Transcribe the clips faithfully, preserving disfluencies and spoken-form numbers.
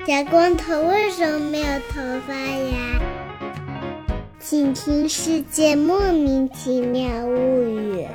小光头为什么没有头发呀？请听《世界莫名其妙物语》。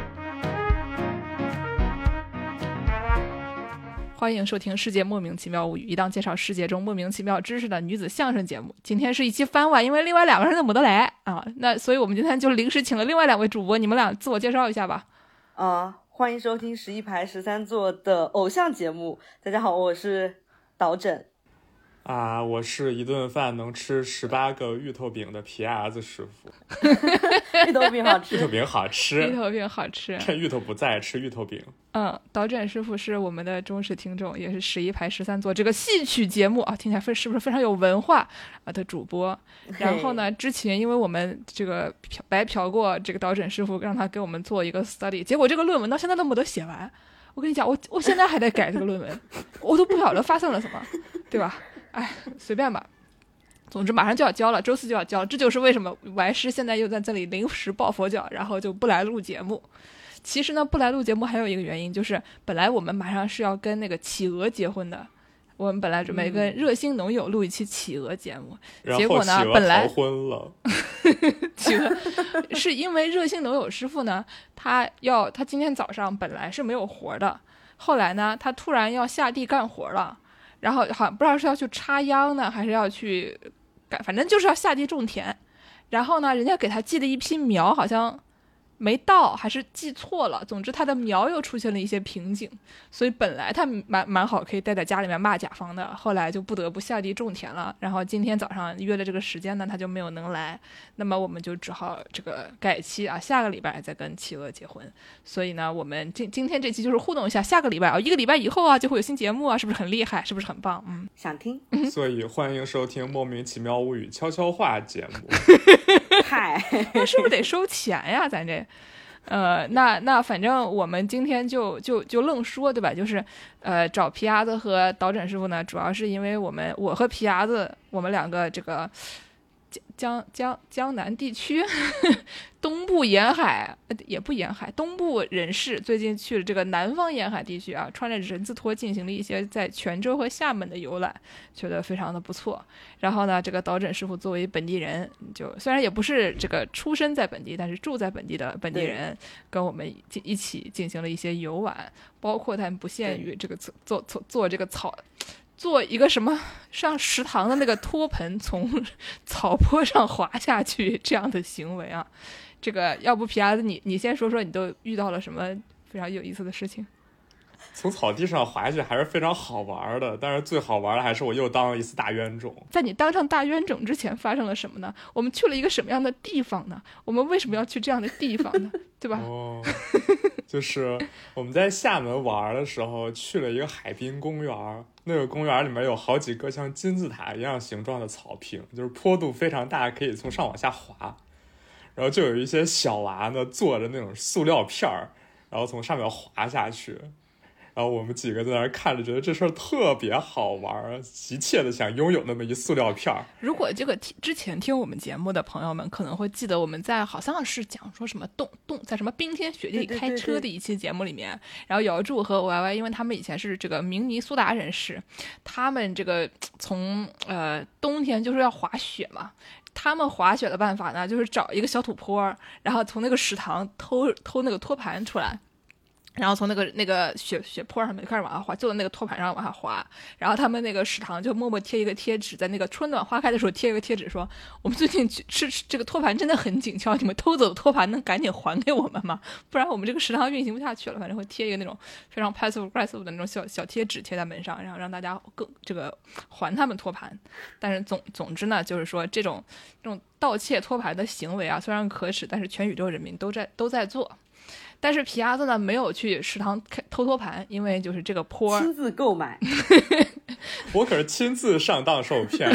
欢迎收听《世界莫名其妙物语》，一档介绍世界中莫名其妙知识的女子相声节目。今天是一期番外，因为另外两个人都没得来啊，那所以我们今天就临时请了另外两位主播，你们俩自我介绍一下吧。 啊，欢迎收听十一排十三座的偶像节目。大家好，我是导诊。 啊，我是一顿饭能吃十八个芋头饼的皮牙子师傅。 芋头饼好吃， 芋头饼好吃， 芋头饼好吃。 趁芋头不在吃芋头饼。 嗯，导诊师傅是我们的忠实听众，也是十一排十三座这个戏曲节目啊，听起来是不是非常有文化啊的主播？然后呢，之前因为我们这个白嫖过这个导诊师傅，让他给我们做一个 study， 结果这个论文到现在都没得写完。我跟你讲，我我现在还在改这个论文，我都不晓得发生了什么，对吧？哎，随便吧。总之马上就要交了，周四就要交了，这就是为什么歪师现在又在这里临时抱佛脚，然后就不来录节目。其实呢，不来录节目还有一个原因，就是本来我们马上是要跟那个企鹅结婚的，我们本来准备跟热心农友录一期企鹅节目， 嗯、 结果呢，本来逃婚了。 企鹅是因为热心农友师傅呢，他要他今天早上本来是没有活的，后来呢，他突然要下地干活了。然后好像不知道是要去插秧呢，还是要去干，反正就是要下地种田。然后呢，人家给他寄的一批苗好像没到，还是寄错了。总之，他的苗又出现了一些瓶颈，所以本来他蛮蛮好，可以待在家里面骂甲方的，后来就不得不下地种田了。然后今天早上约的这个时间呢，他就没有能来，那么我们就只好这个改期啊，下个礼拜再跟企鹅结婚。所以呢，我们今今天这期就是互动一下，下个礼拜啊，一个礼拜以后啊，就会有新节目啊，是不是很厉害？是不是很棒？嗯， 想听。 所以欢迎收听《莫名其妙物语》悄悄话节目。 嗨， 那是不是得收钱呀？咱这，呃，那那反正我们今天就就就愣说，对吧？就是呃，找皮牙子和导诊师傅呢，主要是因为我们我和皮牙子，我们两个这个江江江南地区东部沿海也不沿海东部人士最近去了这个南方沿海地区啊，穿着人字拖进行了一些在泉州和厦门的游览，觉得非常的不错。然后呢，这个导诊师傅作为本地人，就虽然也不是这个出生在本地，但是住在本地的本地人，跟我们一起进行了一些游玩，包括他们不限于这个做做做做这个草。做一个什么上食堂的那个托盆从草坡上滑下去这样的行为啊，这个要不皮牙子你你先说说你都遇到了什么非常有意思的事情？ 从草地上滑下去还是非常好玩的，但是最好玩的还是我又当了一次大冤种。 在你当上大冤种之前发生了什么呢？我们去了一个什么样的地方呢？我们为什么要去这样的地方呢？对吧？ 哦，就是我们在厦门玩的时候去了一个海滨公园，那个公园里面有好几个像金字塔一样形状的草坪，就是坡度非常大，可以从上往下滑。然后就有一些小娃呢坐着那种塑料片儿，然后从上面滑下去。然后我们几个在那儿看着，觉得这事儿特别好玩，急切的想拥有那么一塑料片儿。 如果这个之前听我们节目的朋友们可能会记得，我们在好像是讲说什么冻冻在什么冰天雪地里开车的一期节目里面，对对对对，然后姚柱和 Y Y， 因为他们以前是这个明尼苏达人士，他们这个从呃冬天就是要滑雪嘛。他们滑雪的办法呢，就是找一个小土坡，然后从那个食堂偷偷那个托盘出来。然后从那个那个雪雪坡上面就开始往下滑，就在那个托盘上往下滑。然后他们那个食堂就默默贴一个贴纸，在那个春暖花开的时候贴一个贴纸说，我们最近吃这个托盘真的很紧俏，你们偷走的托盘能赶紧还给我们吗？不然我们这个食堂运行不下去了。反正会贴一个那种非常 passive aggressive 的那种小小贴纸贴在门上，然后让大家更这个还他们托盘。但是总总之呢，就是说这种这种盗窃托盘的行为啊，虽然可耻，但是全宇宙人民都在都在做。但是皮牙子呢没有去食堂偷托盘，因为就是这个坡亲自购买。 我可是亲自上当受骗。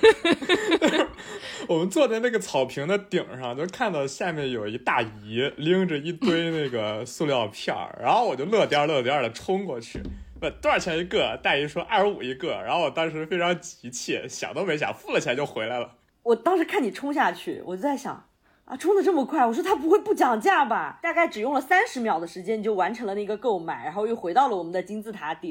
我们坐在那个草坪的顶上，就看到下面有一大姨拎着一堆那个塑料片儿，然后我就乐颠乐颠的冲过去，问多少钱一个，大姨说二十五一个，然后我当时非常急切，想都没想，付了钱就回来了。 我当时看你冲下去，我就在想啊，冲得这么快，我说他不会不讲价吧？大概只用了三十秒的时间，你就完成了那个购买，然后又回到了我们的金字塔顶。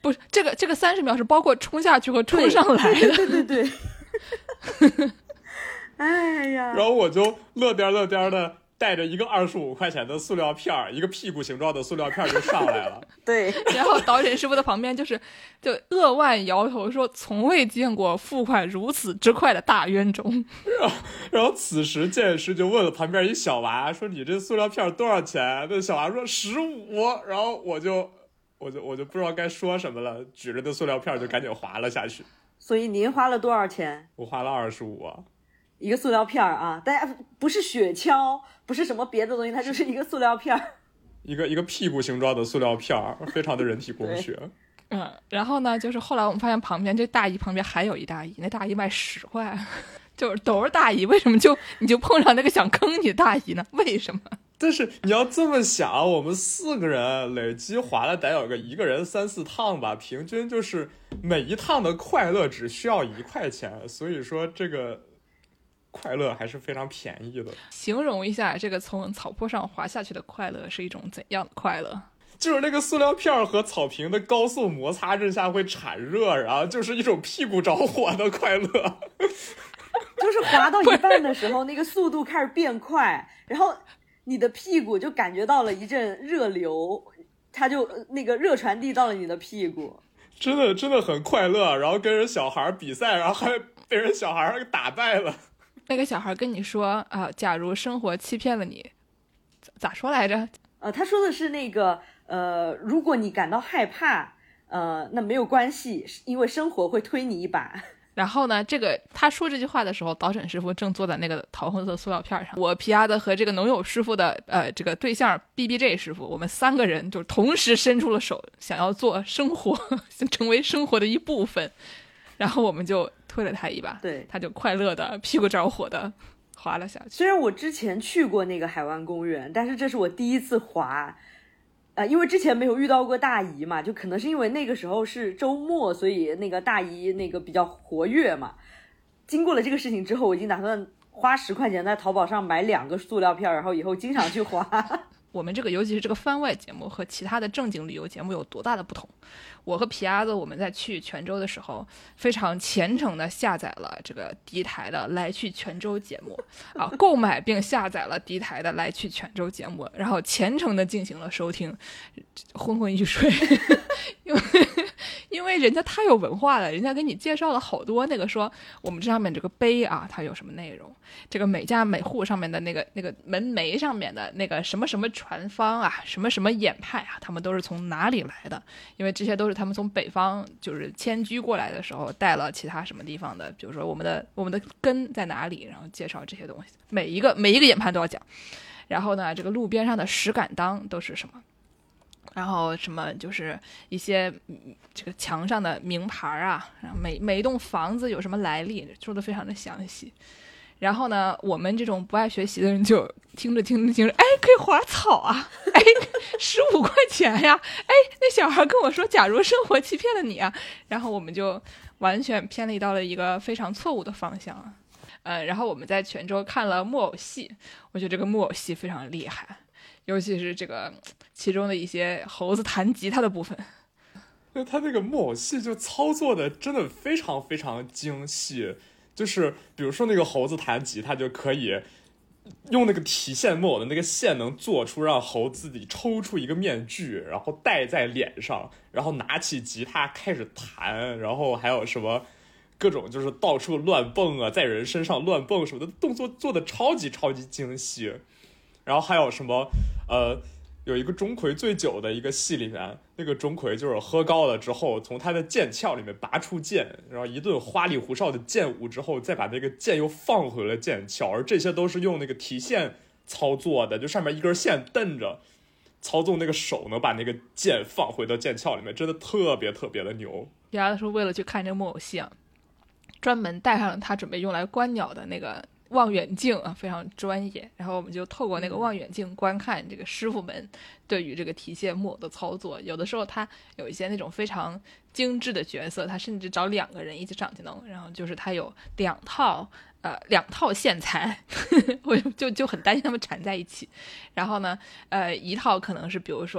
不是这个这个三十秒是包括冲下去和冲上来的。 对对对对。哎呀， 然后我就乐颠乐颠的带着一个二十五块钱的塑料片儿，一个屁股形状的塑料片就上来了。 对， 然后导诊师傅的旁边就是就扼腕摇头说，从未见过付款如此之快的大冤种。 然后，然后此时剑师就问了旁边一小娃说：“你这塑料片多少钱？”那小娃说十五。然后我就我就我就不知道该说什么了，举着那塑料片就赶紧划了下去。 所以您花了多少钱？ 我花了二十五。 一个塑料片啊，大家不是雪橇，不是什么别的东西，它就是一个塑料片， 一个一个屁股形状的塑料片，非常的人体工学。 嗯，然后呢，就是后来我们发现旁边这大姨旁边还有一大姨，那大姨卖十块，就是都是大姨，为什么就你就碰上那个想坑你的大姨呢？为什么？ 但是你要这么想，我们四个人累积划了得有个一个人三四趟吧，平均就是每一趟的快乐只需要一块钱，所以说这个快乐还是非常便宜的。 形容一下这个从草坡上滑下去的快乐是一种怎样的快乐？ 就是那个塑料片和草坪的高速摩擦之下会产热，然后就是一种屁股着火的快乐。 就是滑到一半的时候，那个速度开始变快，然后你的屁股就感觉到了一阵热流，它就那个热传递到了你的屁股， 真的真的很快乐。然后跟人小孩比赛，然后还被人小孩打败了。 那个小孩跟你说啊、呃，假如生活欺骗了你，咋说来着？ 呃，他说的是那个呃，如果你感到害怕，呃，那没有关系，因为生活会推你一把。 然后呢，这个他说这句话的时候，导诊师傅正坐在那个桃红色塑料片上。我皮亚的和这个农友师傅的呃这个对象 B B J 师傅，我们三个人就同时伸出了手，想要做生活，成为生活的一部分。然后我们就推了他一把， 对， 他就快乐的屁股着火的滑了下去。 虽然我之前去过那个海湾公园，但是这是我第一次滑。呃，因为之前没有遇到过大姨嘛，就可能是因为那个时候是周末，所以那个大姨那个比较活跃嘛。经过了这个事情之后，我已经打算花十块钱在淘宝上买两个塑料片，然后以后经常去滑。 我们这个尤其是这个番外节目和其他的正经旅游节目有多大的不同？我和皮鸭子我们在去泉州的时候，非常虔诚的下载了这个敌台的来去泉州节目啊，购买并下载了敌台的来去泉州节目，然后虔诚的进行了收听，昏昏欲睡，因为因为人家太有文化了，人家给你介绍了好多那个说我们这上面这个碑啊，它有什么内容，这个每家每户上面的那个那个门楣上面的那个什么什么传方啊，什么什么演派啊，他们都是从哪里来的？因为这些都是他们从北方就是迁居过来的时候带了其他什么地方的，比如说我们的我们的根在哪里，然后介绍这些东西，每一个每一个演派都要讲。然后呢，这个路边上的石敢当都是什么？然后什么就是一些这个墙上的名牌啊，然后每每一栋房子有什么来历，说的非常的详细。然后呢，我们这种不爱学习的人就听着听着听着，哎，可以滑草啊，哎，十五块钱呀，哎，那小孩跟我说，假如生活欺骗了你啊，然后我们就完全偏离到了一个非常错误的方向啊。呃，然后我们在泉州看了木偶戏，我觉得这个木偶戏非常厉害，尤其是这个其中的一些猴子弹吉他的部分。 那他那个木偶戏就操作的真的非常非常精细。就是比如说那个猴子弹吉他就可以用那个提线木偶的那个线能做出让猴子自己抽出一个面具，然后戴在脸上，然后拿起吉他开始弹，然后还有什么各种就是到处乱蹦啊，在人身上乱蹦什么的动作做的超级超级精细。然后还有什么呃有一个钟馗醉酒的一个戏里面，那个钟馗就是喝高了之后从他的剑鞘里面拔出剑，然后一顿花里胡哨的剑舞之后再把那个剑又放回了剑鞘，而这些都是用那个提线操作的，就上面一根线蹬着操纵那个手能把那个剑放回到剑鞘里面，真的特别特别的牛。 然后说为了去看这个木偶戏啊，专门带上了他准备用来观鸟的那个望远镜啊，非常专业。然后我们就透过那个望远镜观看这个师傅们对于这个提线木偶的操作。有的时候他有一些那种非常精致的角色，他甚至找两个人一起上去弄，然后就是他有两套呃两套线材，我就就很担心他们缠在一起。然后呢，呃，一套可能是比如说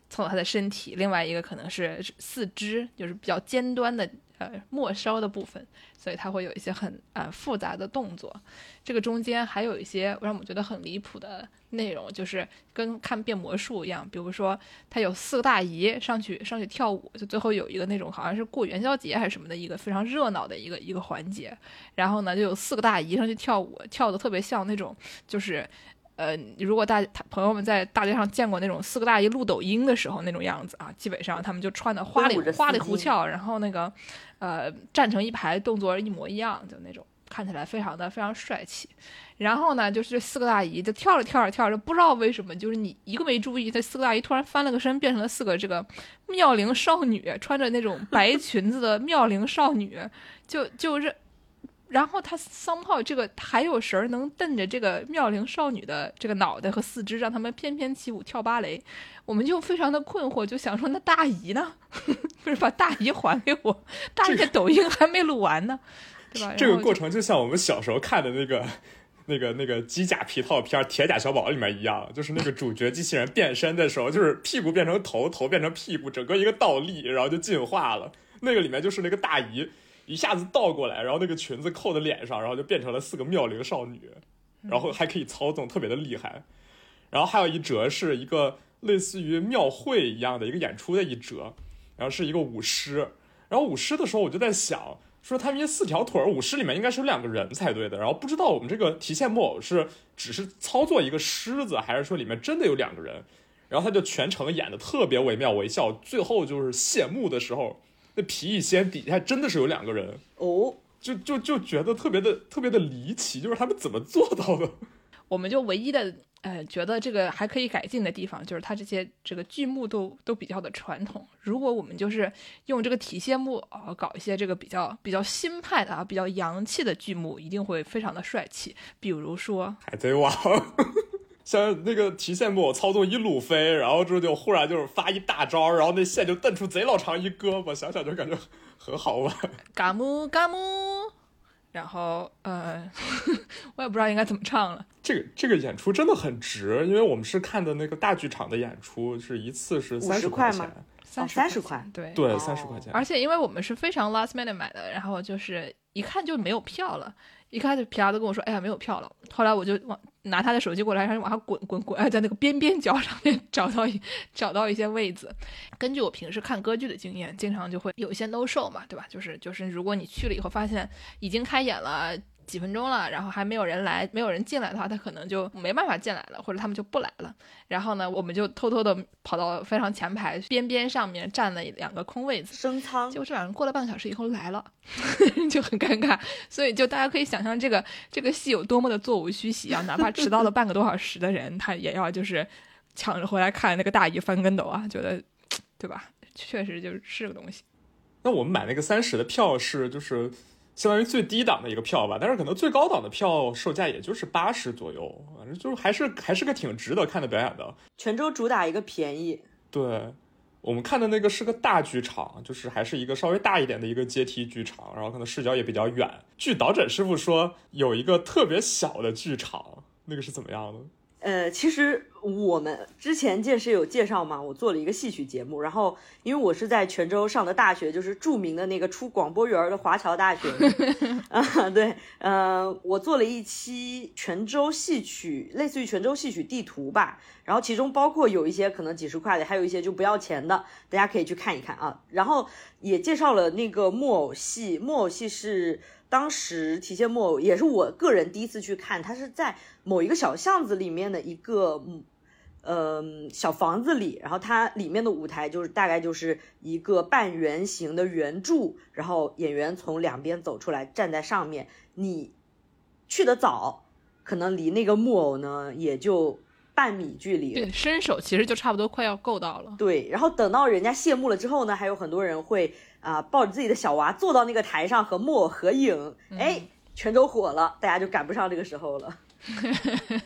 凑到他的身体，另外一个可能是四肢，就是比较尖端的呃末梢的部分，所以它会有一些很呃复杂的动作。这个中间还有一些让我觉得很离谱的内容，就是跟看变魔术一样，比如说他有四个大姨上去上去跳舞，就最后有一个那种好像是过元宵节还是什么的一个非常热闹的一个一个环节，然后呢就有四个大姨上去跳舞，跳的特别像那种就是呃，如果大朋友们在大街上见过那种四个大姨录抖音的时候那种样子啊，基本上他们就穿的花里花里胡俏，然后那个呃站成一排，动作一模一样，就那种看起来非常的非常帅气。然后呢，就是这四个大姨就跳着跳着跳着，不知道为什么，就是你一个没注意，这四个大姨突然翻了个身，变成了四个这个妙龄少女，穿着那种白裙子的妙龄少女，就就是。然后他 somehow 这个还有神能瞪着这个妙龄少女的这个脑袋和四肢，让他们翩翩起舞跳芭蕾，我们就非常的困惑，就想说那大姨呢？不是把大姨还给我？大姨的抖音还没录完呢，对吧？ 这个过程就像我们小时候看的那个。那个那个机甲皮套片《铁甲小宝》里面一样，就是那个主角机器人变身的时候，就是屁股变成头，头变成屁股，整个一个倒立，然后就进化了。那个里面就是那个大姨一下子倒过来，然后那个裙子扣在脸上，然后就变成了四个妙龄少女，然后还可以操纵，特别的厉害。然后还有一折是一个类似于庙会一样的一个演出的一折，然后是一个舞狮。然后舞狮的时候我就在想，说他们这四条腿舞狮里面应该是有两个人才对的，然后不知道我们这个提线木偶是只是操作一个狮子，还是说里面真的有两个人。然后他就全程演的特别惟妙惟肖，最后就是谢幕的时候，那皮一掀，底下真的是有两个人哦， 就就就觉得特别的特别的离奇，就是他们怎么做到的。 我们就唯一的呃，觉得这个还可以改进的地方，就是它这些这个剧目都都比较的传统。如果我们就是用这个体线木偶搞一些这个比较比较新派的啊，比较洋气的剧目，一定会非常的帅气。比如说海贼王，像那个提线木偶操纵一路飞，然后之后就忽然就是发一大招，然后那线就蹬出贼老长一胳膊，想想就感觉很好玩。 嘎木嘎木。然后呃我也不知道应该怎么唱了。 这个这个演出真的很值，因为我们是看的那个大剧场的演出，是一次是三十块钱， 三十块， 对对，三十块钱。 而且因为我们是非常 last minute 买的，然后就是一看就没有票了，一开始皮亚都跟我说，哎呀没有票了。后来我就往拿他的手机过来，然后往下滚滚滚，哎，在那个边边角上面找到一找到一些位子。根据我平时看歌剧的经验，经常就会有一些 no show 嘛，对吧？就是就是如果你去了以后发现已经开演了几分钟了，然后还没有人来，没有人进来的话，他可能就没办法进来了，或者他们就不来了。然后呢，我们就偷偷的跑到非常前排边边上面站了两个空位子， 升舱。 结果这两人过了半个小时以后来了，就很尴尬。所以就大家可以想象这个这个戏有多么的座无虚席啊！哪怕迟到了半个多小时的人，他也要就是抢着回来看那个大姨翻跟斗啊，觉得对吧？确实就是个东西。 那我们买那个三十的票是就是相当于最低档的一个票吧，但是可能最高档的票售价也就是八十左右，反正就是还是还是个挺值得看的表演的。 泉州主打一个便宜。 对，我们看的那个是个大剧场，就是还是一个稍微大一点的一个阶梯剧场，然后可能视角也比较远。据导诊师傅说，有一个特别小的剧场，那个是怎么样的？ 呃，其实我们之前健身有介绍嘛，我做了一个戏曲节目，然后因为我是在泉州上的大学，就是著名的那个出广播员的华侨大学啊，对，呃，我做了一期泉州戏曲，类似于泉州戏曲地图吧，然后其中包括有一些可能几十块的，还有一些就不要钱的，大家可以去看一看啊。然后也介绍了那个木偶戏，木偶戏是当时提线木偶也是我个人第一次去看，它是在某一个小巷子里面的一个呃小房子里，然后它里面的舞台就是大概就是一个半圆形的圆柱，然后演员从两边走出来站在上面，你去的早可能离那个木偶呢也就半米距离， 对，伸手其实就差不多快要够到了。 对，然后等到人家谢幕了之后呢，还有很多人会啊、呃、抱着自己的小娃坐到那个台上和木偶合影，哎、嗯，泉州火了，大家就赶不上这个时候了。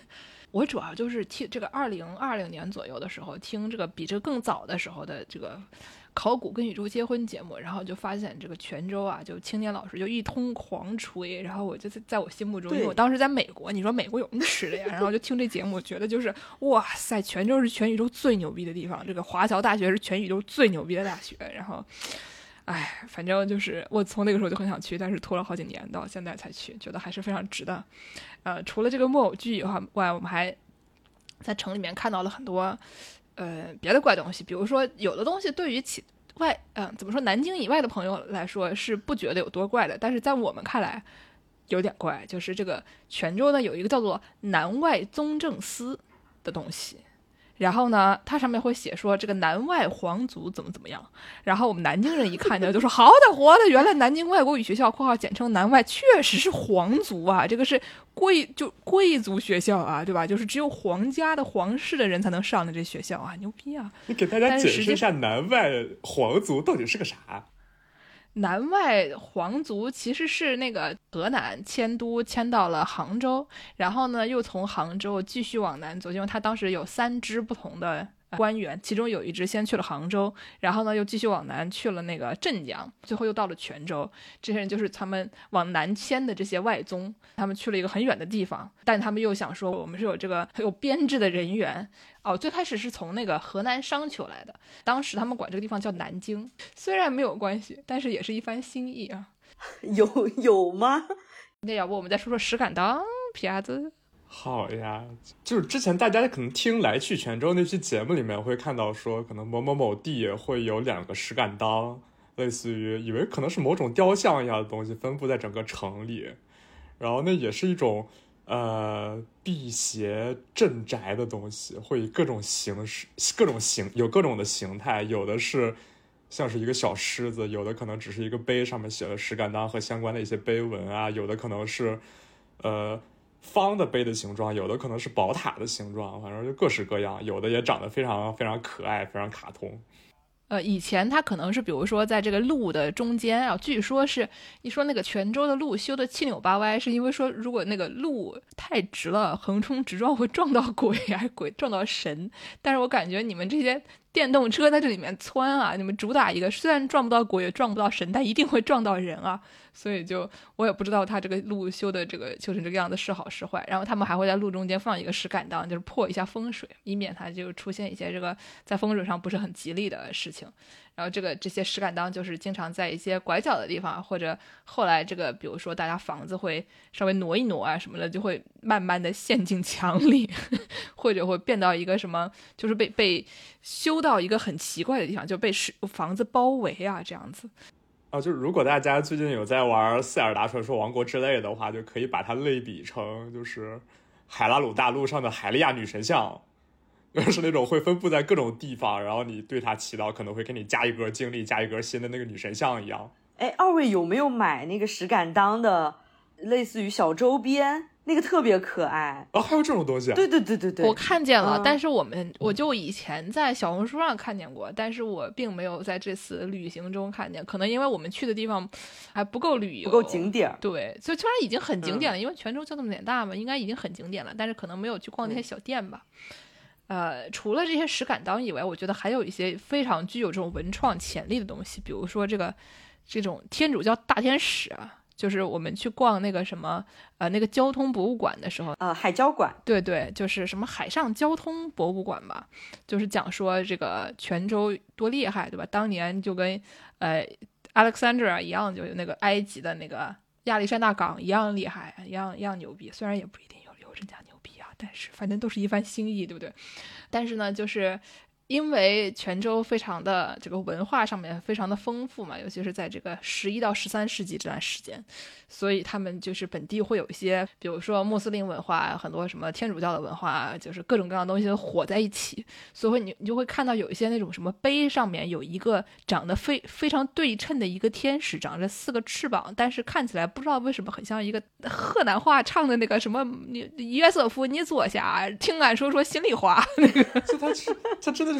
我主要就是听这个二零二零年左右的时候听这个比这个更早的时候的这个考古跟宇宙结婚节目，然后就发现这个泉州啊，就青年老师就一通狂吹，然后我就在我心目中，因为我当时在美国，你说美国有什么吃的呀？然后就听这节目，觉得就是哇塞，泉州是全宇宙最牛逼的地方，这个华侨大学是全宇宙最牛逼的大学，然后。哎，反正就是我从那个时候就很想去，但是拖了好几年到现在才去，觉得还是非常值得。呃，除了这个木偶剧以外，我们还在城里面看到了很多呃别的怪东西，比如说有的东西对于其外嗯、呃、怎么说南京以外的朋友来说是不觉得有多怪的，但是在我们看来有点怪，就是这个泉州呢有一个叫做南外宗正司的东西。然后呢，它上面会写说这个南外皇族怎么怎么样，然后我们南京人一看呢，就说好的活的，原来南京外国语学校（括号简称南外）确实是皇族啊，这个是贵就贵族学校啊，对吧？就是只有皇家的皇室的人才能上的这学校啊，牛逼啊！ 你给大家解释一下南外皇族到底是个啥？ 南外皇族其实是那个河南迁都迁到了杭州，然后呢又从杭州继续往南走，因为他当时有三支不同的官员，其中有一支先去了杭州，然后呢又继续往南去了那个镇江，最后又到了泉州。这些人就是他们往南迁的这些外宗，他们去了一个很远的地方，但他们又想说我们是有这个有编制的人员。哦，最开始是从那个河南商丘来的，当时他们管这个地方叫南京，虽然没有关系，但是也是一番心意啊。 有有吗？ 那要不我们再说说石敢当皮鸭子？ 好呀，就是之前大家可能听来去泉州那期节目里面会看到说，可能某某某地会有两个石敢当，类似于以为可能是某种雕像一样的东西分布在整个城里，然后那也是一种呃辟邪镇宅的东西，会以各种形式、各种形有各种的形态，有的是像是一个小狮子，有的可能只是一个碑，上面写了石敢当和相关的一些碑文啊，有的可能是呃。方的碑的形状，有的可能是宝塔的形状，反正就各式各样，有的也长得非常非常可爱，非常卡通。 呃，以前它可能是比如说在这个路的中间啊，据说是一说那个泉州的路修的七扭八歪，是因为说如果那个路太直了，横冲直撞会撞到鬼，还鬼撞到神。但是我感觉你们这些电动车在这里面窜啊，你们主打一个虽然撞不到鬼也撞不到神，但一定会撞到人啊，所以就我也不知道他这个路修的这个修成这个样子是好是坏。然后他们还会在路中间放一个石敢当，就是破一下风水，以免它就出现一些这个在风水上不是很吉利的事情。然后这个这些石敢当就是经常在一些拐角的地方，或者后来这个比如说大家房子会稍微挪一挪啊什么的，就会慢慢的陷进墙里，或者会变到一个什么，就是被被修到一个很奇怪的地方，就被房子包围啊这样子。 啊，就是如果大家最近有在玩塞尔达传说王国之类的话，就可以把它类比成就是海拉鲁大陆上的海利亚女神像，就是那种会分布在各种地方，然后你对它祈祷可能会给你加一格精力，加一格新的那个女神像一样。 哎，二位有没有买那个石敢当的类似于小周边？那个特别可爱啊，还有这种东西？ 对对对对对， 我看见了， 嗯、 但是我们我就以前在小红书上看见过，但是我并没有在这次旅行中看见，可能因为我们去的地方还不够旅游， 不够景点。 对，所以虽然已经很景点了，嗯、因为泉州就这么点大嘛，应该已经很景点了，但是可能没有去逛那些小店吧。嗯、呃，除了这些石敢当以外，我觉得还有一些非常具有这种文创潜力的东西，比如说这个这种天主教大天使啊。就是我们去逛那个什么呃那个交通博物馆的时候， 呃海交馆， 对对，就是什么海上交通博物馆吧，就是讲说这个泉州多厉害，对吧？当年就跟呃 Alexandria 一样，就有那个埃及的那个亚历山大港一样厉害，一样一样牛逼，虽然也不一定有有人家牛逼啊，但是反正都是一番心意，对不对？但是呢，就是因为泉州非常的这个文化上面非常的丰富嘛，尤其是在这个十一到十三世纪这段时间，所以他们就是本地会有一些，比如说穆斯林文化，很多什么天主教的文化，就是各种各样的东西都混在一起，所以你你就会看到有一些那种什么碑上面有一个长得非非常对称的一个天使，长着四个翅膀，但是看起来不知道为什么很像一个河南话唱的那个什么约瑟夫你坐下听俺说说心里话那个， 就他是他真的是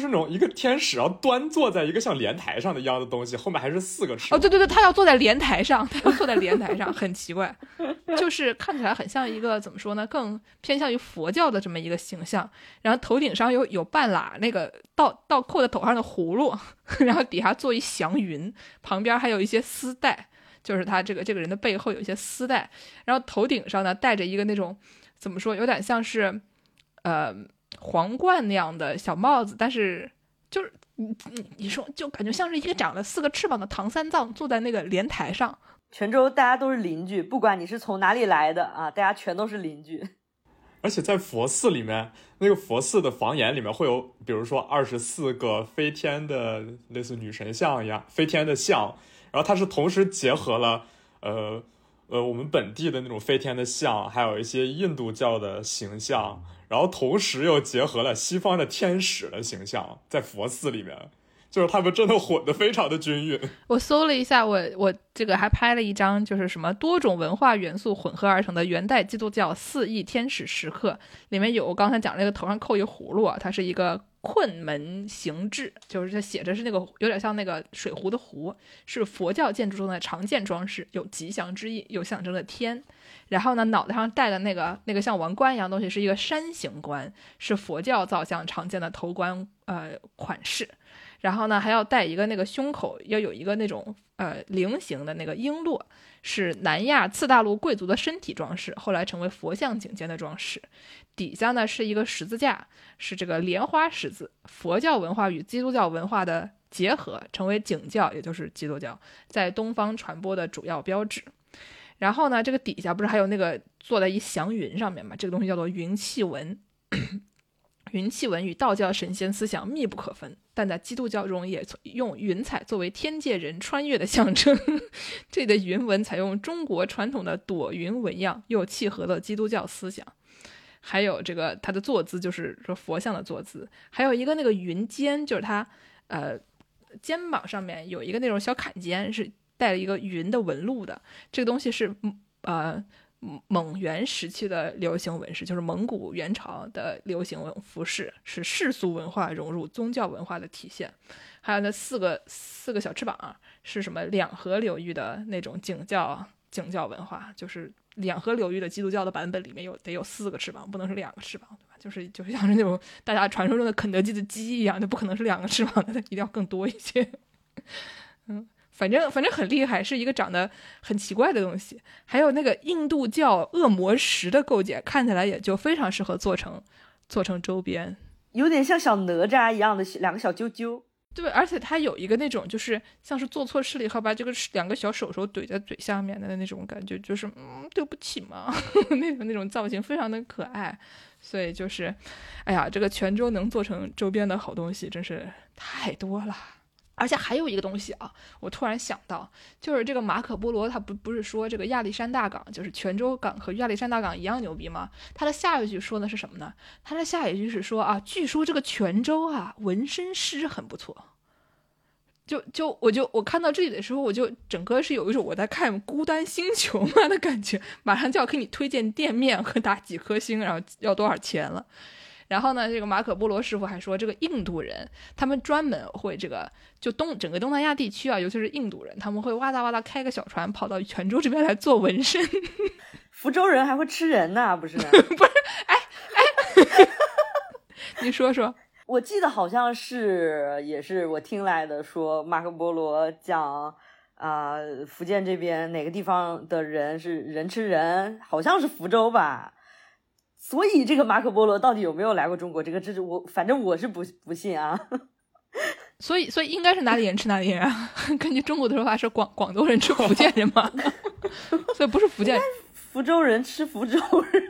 就是那种一个天使然后端坐在一个像莲台上的一样的东西，后面还是四个翅膀。 哦，对对对，他要坐在莲台上，他要坐在莲台上，很奇怪，就是看起来很像一个怎么说呢，更偏向于佛教的这么一个形象。然后头顶上有有半拉那个倒倒扣在头上的葫芦，然后底下做一祥云，旁边还有一些丝带，就是他这个这个人的背后有一些丝带，然后头顶上呢戴着一个那种怎么说，有点像是呃皇冠那样的小帽子，但是就是你你说就感觉像是一个长了四个翅膀的唐三藏坐在那个莲台上。 泉州大家都是邻居，不管你是从哪里来的啊，大家全都是邻居。 而且在佛寺里面，那个佛寺的房檐里面会有比如说二十四个飞天的类似女神像一样飞天的像，然后它是同时结合了呃呃我们本地的那种飞天的像，还有一些印度教的形象，然后同时又结合了西方的天使的形象，在佛寺里面，就是他们真的混得非常的均匀。 我搜了一下，我我这个还拍了一张，就是什么多种文化元素混合而成的元代基督教四翼天使石刻，里面有我刚才讲那个头上扣一葫芦啊，它是一个困门形制，就是它写着是那个有点像那个水壶的壶，是佛教建筑中的常见装饰，有吉祥之意，有象征的天。然后呢，脑袋上戴的那个那个像王冠一样东西是一个山形冠，是佛教造像常见的头冠呃款式。然后呢，还要戴一个那个胸口要有一个那种呃菱形的那个璎珞，是南亚次大陆贵族的身体装饰，后来成为佛像颈间的装饰。底下呢是一个十字架，是这个莲花十字，佛教文化与基督教文化的结合，成为景教，也就是基督教在东方传播的主要标志。然后呢，这个底下不是还有那个坐在一祥云上面嘛？这个东西叫做云气纹。云气纹与道教神仙思想密不可分，但在基督教中也用云彩作为天界人穿越的象征。这里的云纹采用中国传统的朵云纹样，又契合了基督教思想。还有这个它的坐姿就是说佛像的坐姿，还有一个那个云肩，就是它呃肩膀上面有一个那种小坎肩，是带了一个云的纹路的。这个东西是呃蒙元时期的流行纹饰，就是蒙古元朝的流行服饰，是世俗文化融入宗教文化的体现。还有那四个四个小翅膀是什么两河流域的那种景教景教文化，就是两河流域的基督教的版本里面有得有四个翅膀，不能是两个翅膀，对吧？就是就是像是那种大家传说中的肯德基的鸡一样，就不可能是两个翅膀的，它一定要更多一些。嗯。反正反正很厉害，是一个长得很奇怪的东西。还有那个印度教恶魔石的构件，看起来也就非常适合做成做成周边， 有点像小哪吒一样的两个小揪揪。 对，而且它有一个那种就是像是做错事了以后把这个两个小手手怼在嘴下面的那种感觉，就是嗯对不起嘛那种那种造型非常的可爱。所以就是哎呀，这个泉州能做成周边的好东西真是太多了。而且还有一个东西啊，我突然想到，就是这个马可波罗他不不是说这个亚历山大港就是泉州港和亚历山大港一样牛逼吗？他的下一句说的是什么呢？他的下一句是说啊，据说这个泉州啊纹身师很不错。就就我就我看到这里的时候，我就整个是有一种我在看孤单星球嘛的感觉，马上就要给你推荐店面和打几颗星，然后要多少钱了。然后呢，这个马可波罗师傅还说，这个印度人他们专门会这个就东整个东南亚地区啊，尤其是印度人，他们会哇哒哇哒开个小船跑到泉州这边来做纹身。 福州人还会吃人呢，不是？不是，哎哎，你说说。 我记得好像是也是我听来的，说马可波罗讲啊、呃，福建这边哪个地方的人是人吃人，好像是福州吧。所以这个马可波罗到底有没有来过中国，这个这是我反正我是不不信啊。 所以所以应该是哪里人吃哪里人啊？根据中国的说法是广广东人吃福建人嘛，所以不是福建人， 福州人吃福州人。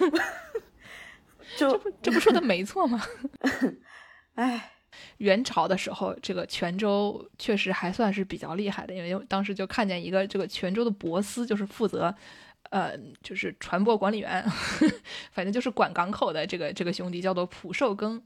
就这不这不说的没错吗？ 哎， 元朝的时候，这个泉州确实还算是比较厉害的，因为当时就看见一个这个泉州的博司，就是负责。呃，就是船舶管理员，呵呵反正就是管港口的这个这个兄弟叫做蒲寿庚。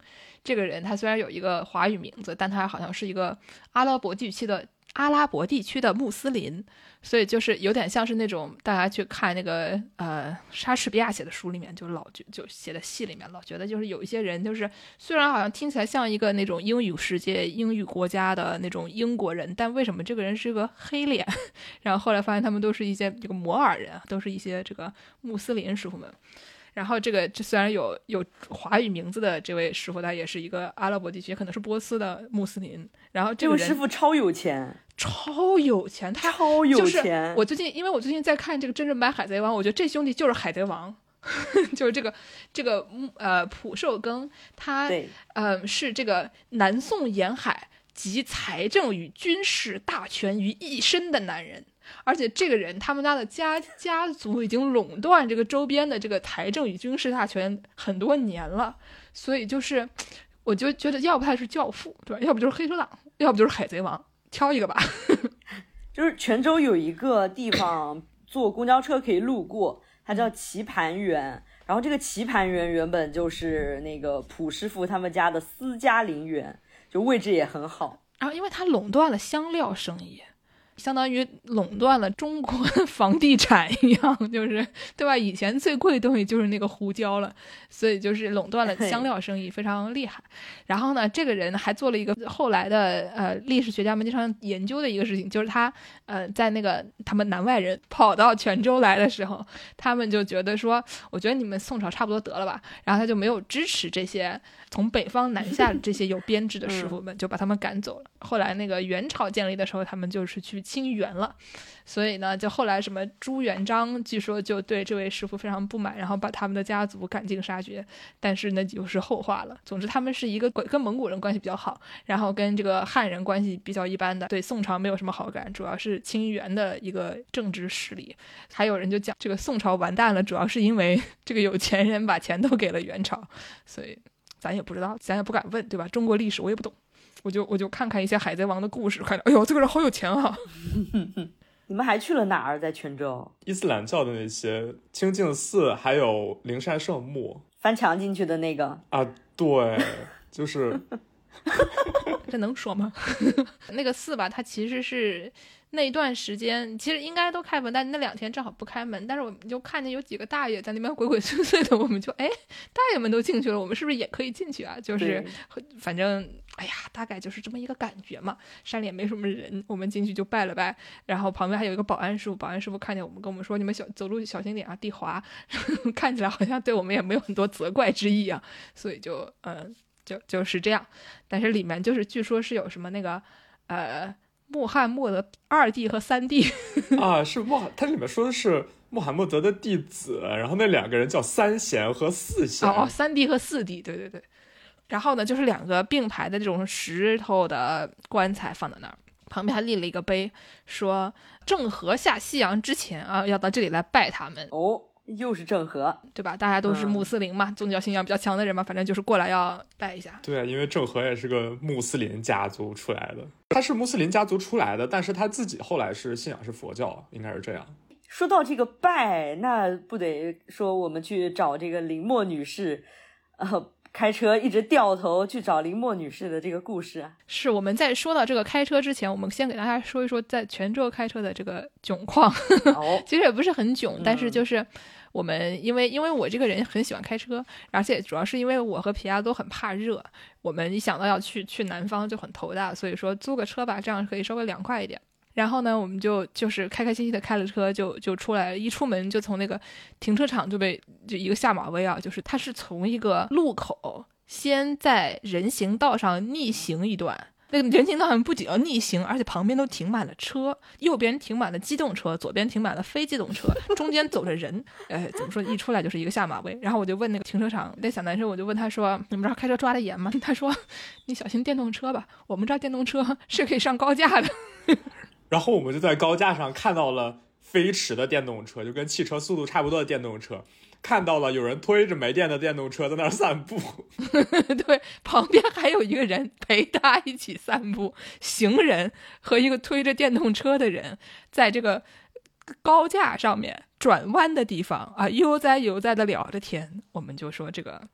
这个人他虽然有一个华语名字，但他好像是一个阿拉伯地区的阿拉伯地区的穆斯林，所以就是有点像是那种大家去看那个呃莎士比亚写的书里面，就老就就写的戏里面老觉得就是有一些人就是虽然好像听起来像一个那种英语世界英语国家的那种英国人，但为什么这个人是个黑脸？然后后来发现他们都是一些这个摩尔人，都是一些这个穆斯林师傅们。然后这个这虽然有有华语名字的这位师傅，他也是一个阿拉伯地区，可能是波斯的穆斯林。然后这个人这位师傅超有钱， 超有钱，他超有钱。 就是我最近，因为我最近在看这个真人版《海贼王》，我觉得这兄弟就是海贼王，就是这个这个呃朴寿庚，他呃是这个南宋沿海集财政与军事大权于一身的男人。而且这个人他们家的家家族已经垄断这个周边的这个财政与军事大权很多年了，所以就是我就觉得要不他是教父，对吧？要不就是黑手党，要不就是海贼王，挑一个吧。 就是泉州有一个地方坐公交车可以路过，它叫棋盘园，然后这个棋盘园原本就是那个朴师傅他们家的私家陵园，就位置也很好。 然后因为他垄断了香料生意，相当于垄断了中国的房地产一样，就是对吧？以前最贵的东西就是那个胡椒了，所以就是垄断了香料生意，非常厉害。然后呢，这个人还做了一个后来的呃历史学家们经常研究的一个事情，就是他呃在那个他们南外人跑到泉州来的时候，他们就觉得说，我觉得你们宋朝差不多得了吧，然后他就没有支持这些从北方南下的这些有编制的师傅们，就把他们赶走了。后来那个元朝建立的时候，他们就是去清源了，所以呢，就后来什么朱元璋据说就对这位师傅非常不满，然后把他们的家族赶尽杀绝。但是呢，就是后话了。总之，他们是一个跟蒙古人关系比较好，然后跟这个汉人关系比较一般的，对宋朝没有什么好感，主要是清源的一个政治势力。还有人就讲，这个宋朝完蛋了，主要是因为这个有钱人把钱都给了元朝，所以咱也不知道，咱也不敢问，对吧？中国历史我也不懂。我就我就看看一些海贼王的故事，看到哎呦这个人好有钱啊！ 你们还去了哪儿？在泉州？ 伊斯兰教的那些清净寺，还有灵山圣墓。 翻墙进去的那个啊，对，就是这能说吗？那个寺吧，它其实是那段时间其实应该都开门，但那两天正好不开门。但是我们就看见有几个大爷在那边鬼鬼祟祟的，我们就哎，大爷们都进去了，我们是不是也可以进去啊？就是反正哎呀，大概就是这么一个感觉嘛。山里也没什么人，我们进去就拜了拜，然后旁边还有一个保安师傅，保安师傅看见我们跟我们说：“你们小走路小心点啊，地滑。”看起来好像对我们也没有很多责怪之意啊，所以就嗯，就就是这样。但是里面就是据说是有什么那个呃。穆罕默德二弟和三弟啊，是穆，它里面说的是穆罕默德的弟子，然后那两个人叫三贤和四贤。 哦，三弟和四弟，对对对。然后呢，就是两个并排的这种石头的棺材放在那儿，旁边还立了一个碑，说郑和下西洋之前啊，要到这里来拜他们。 哦。又是郑和， 对吧？大家都是穆斯林嘛、嗯、宗教信仰比较强的人嘛，反正就是过来要拜一下。 对，因为郑和也是个穆斯林家族出来的，他是穆斯林家族出来的，但是他自己后来是信仰是佛教，应该是这样。 说到这个拜，那不得说我们去找这个林默女士，呃，开车一直掉头去找林默女士的这个故事。 是，我们在说到这个开车之前，我们先给大家说一说在泉州开车的这个窘况。哦、其实也不是很囧、嗯，但是就是我们因为因为我这个人很喜欢开车，而且主要是因为我和皮亚都很怕热，我们一想到要去去南方就很头大，所以说租个车吧，这样可以稍微凉快一点。然后呢，我们就就是开开心心的开了车，就就出来，一出门就从那个停车场就被就一个下马威啊，就是它是从一个路口先在人行道上逆行一段。那个人行道上不仅要逆行，而且旁边都停满了车，右边停满了机动车，左边停满了非机动车，中间走着人。哎，怎么说？一出来就是一个下马威。然后我就问那个停车场那小男生，我就问他说：“你们这儿开车抓的严吗？”他说：“你小心电动车吧，我们这儿电动车是可以上高架的。” 然后我们就在高架上看到了飞驰的电动车，就跟汽车速度差不多的电动车。看到了有人推着没电的电动车在那儿散步。 对，旁边还有一个人陪他一起散步，行人和一个推着电动车的人在这个高架上面转弯的地方啊，悠哉悠哉的聊着天。我们就说这个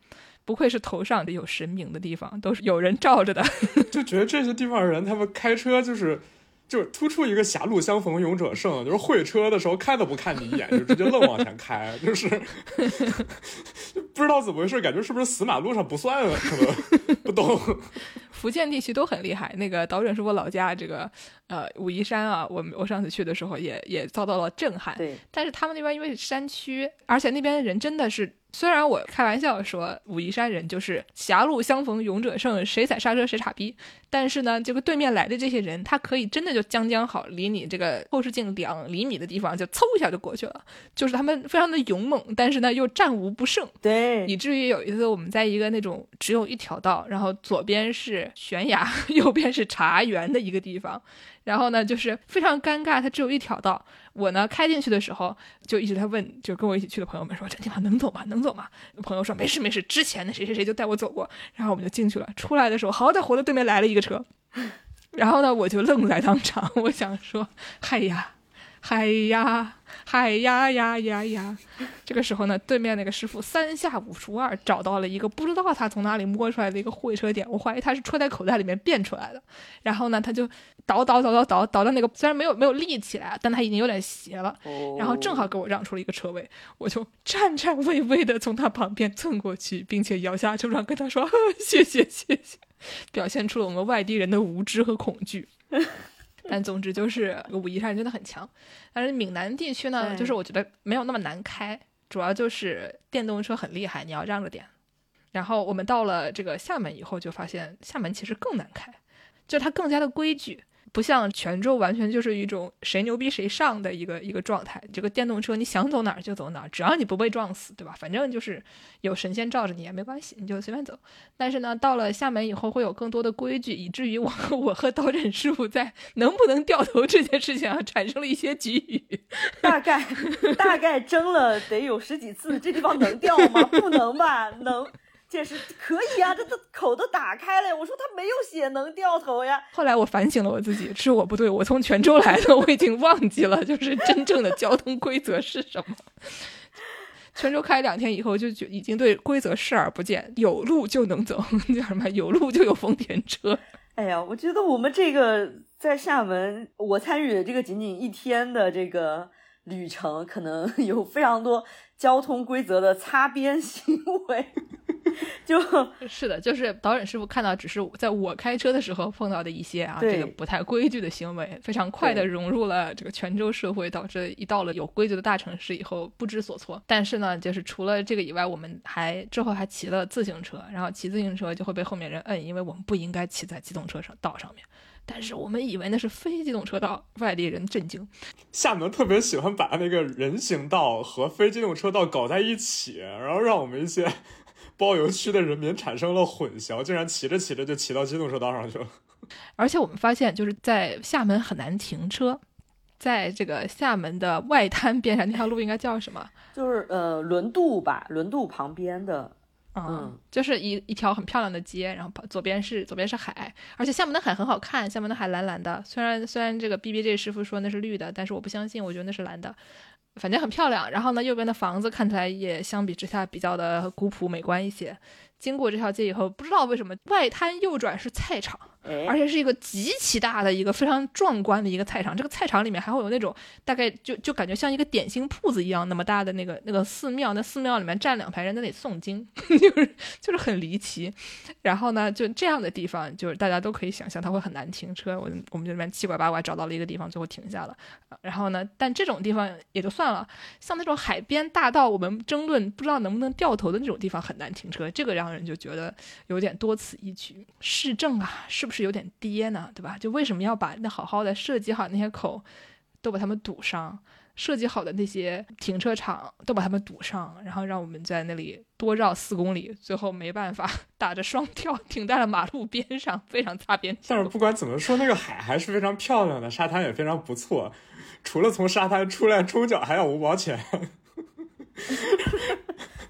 不愧是头上有神明的地方，都是有人罩着的。 就觉得这些地方的人，他们开车就是就是突出一个狭路相逢勇者胜，就是会车的时候看都不看你一眼，就直接愣往前开，就是不知道怎么回事，感觉是不是死马路上不算了，可能不懂。 福建地区都很厉害，那个导演是我老家这个呃武夷山啊，我我上次去的时候也也遭到了震撼。 对， 但是他们那边因为是山区，而且那边人真的是，虽然我开玩笑说武夷山人就是狭路相逢勇者胜，谁踩刹车谁傻逼，但是呢这个对面来的这些人，他可以真的就将将好，离你这个后视镜两厘米的地方就嗖一下就过去了，就是他们非常的勇猛，但是呢又战无不胜。 对， 以至于有一次我们在一个那种只有一条道，然后左边是悬崖右边是茶园的一个地方，然后呢就是非常尴尬，它只有一条道。我呢开进去的时候就一直在问，就跟我一起去的朋友们说，这地方能走吗能走吗？朋友说没事没事，之前的谁谁谁就带我走过。然后我们就进去了，出来的时候好歹活的对面来了一个车，然后呢我就愣在当场，我想说嗨呀嗨呀嗨呀呀呀呀！这个时候呢，对面那个师傅三下五除二找到了一个不知道他从哪里摸出来的一个会车点，我怀疑他是揣在口袋里面变出来的。然后呢，他就倒倒倒倒倒倒到那个，虽然没有没有立起来，但他已经有点斜了。然后正好给我让出了一个车位，我就颤颤巍巍的从他旁边蹭过去，并且摇下车窗跟他说谢谢谢谢，表现出了我们外地人的无知和恐惧。但总之就是武夷山真的很强，但是闽南地区呢，就是我觉得没有那么难开，主要就是电动车很厉害，你要让着点。然后我们到了这个厦门以后，就发现厦门其实更难开，就它更加的规矩，不像泉州完全就是一种谁牛逼谁上的一个一个状态。这个电动车你想走哪儿就走哪儿，只要你不被撞死，对吧？反正就是有神仙罩着你也没关系，你就随便走。但是呢，到了厦门以后会有更多的规矩，以至于我我和导诊师傅在能不能掉头这件事情上产生了一些局语。 大概大概争了得有十几次，这地方能掉吗？不能吧？能。这是可以啊，这都口都打开了，我说他没有写能掉头呀。 后来我反省了我自己，是我不对，我从泉州来的，我已经忘记了就是真正的交通规则是什么。泉州开两天以后就已经对规则视而不见，有路就能走，叫什么有路就有丰田车。 哎呀，我觉得我们这个在厦门，我参与的这个仅仅一天的这个旅程，可能有非常多交通规则的擦边行为。 就是的，就是导演师傅看到只是在我开车的时候碰到的一些啊，这个不太规矩的行为，非常快的融入了这个泉州社会，导致一到了有规矩的大城市以后不知所措。但是呢，就是除了这个以外，我们还之后还骑了自行车，然后骑自行车就会被后面人摁，因为我们不应该骑在机动车上道上面。但是我们以为那是非机动车道，外地人震惊。 厦门特别喜欢把那个人行道和非机动车道搞在一起，然后让我们一些包邮区的人民产生了混淆，竟然骑着骑着就骑到机动车道上去了。 而且我们发现就是在厦门很难停车，在这个厦门的外滩边上那条路应该叫什么？ 就是呃轮渡吧，轮渡旁边的。 嗯，就是一一条很漂亮的街，然后左边是左边是海，而且厦门的海很好看，厦门的海蓝蓝的，虽然虽然这个 B B J 师傅说那是绿的，但是我不相信，我觉得那是蓝的，反正很漂亮。然后呢，右边的房子看起来也相比之下比较的古朴美观一些。经过这条街以后，不知道为什么外滩右转是菜场，而且是一个极其大的一个非常壮观的一个菜场。这个菜场里面还会有那种大概就就感觉像一个点心铺子一样那么大的那个那个寺庙，那寺庙里面站两排人在那里诵经，就是就是很离奇。然后呢，就这样的地方，就是大家都可以想象它会很难停车。我我们这边七拐八拐找到了一个地方，最后停下了。然后呢，但这种地方也就算了，像那种海边大道，我们争论不知道能不能掉头的那种地方很难停车，这个让人就觉得有点多此一举。市政啊，是不是有点跌呢？对吧？就为什么要把那好好的设计好那些口都把他们堵上，设计好的那些停车场都把他们堵上，然后让我们在那里多绕四公里，最后没办法打着双跳停在了马路边上，非常擦边。 但是不管怎么说，那个海还是非常漂亮的，沙滩也非常不错，除了从沙滩出来冲脚还要五毛钱。 花了吗？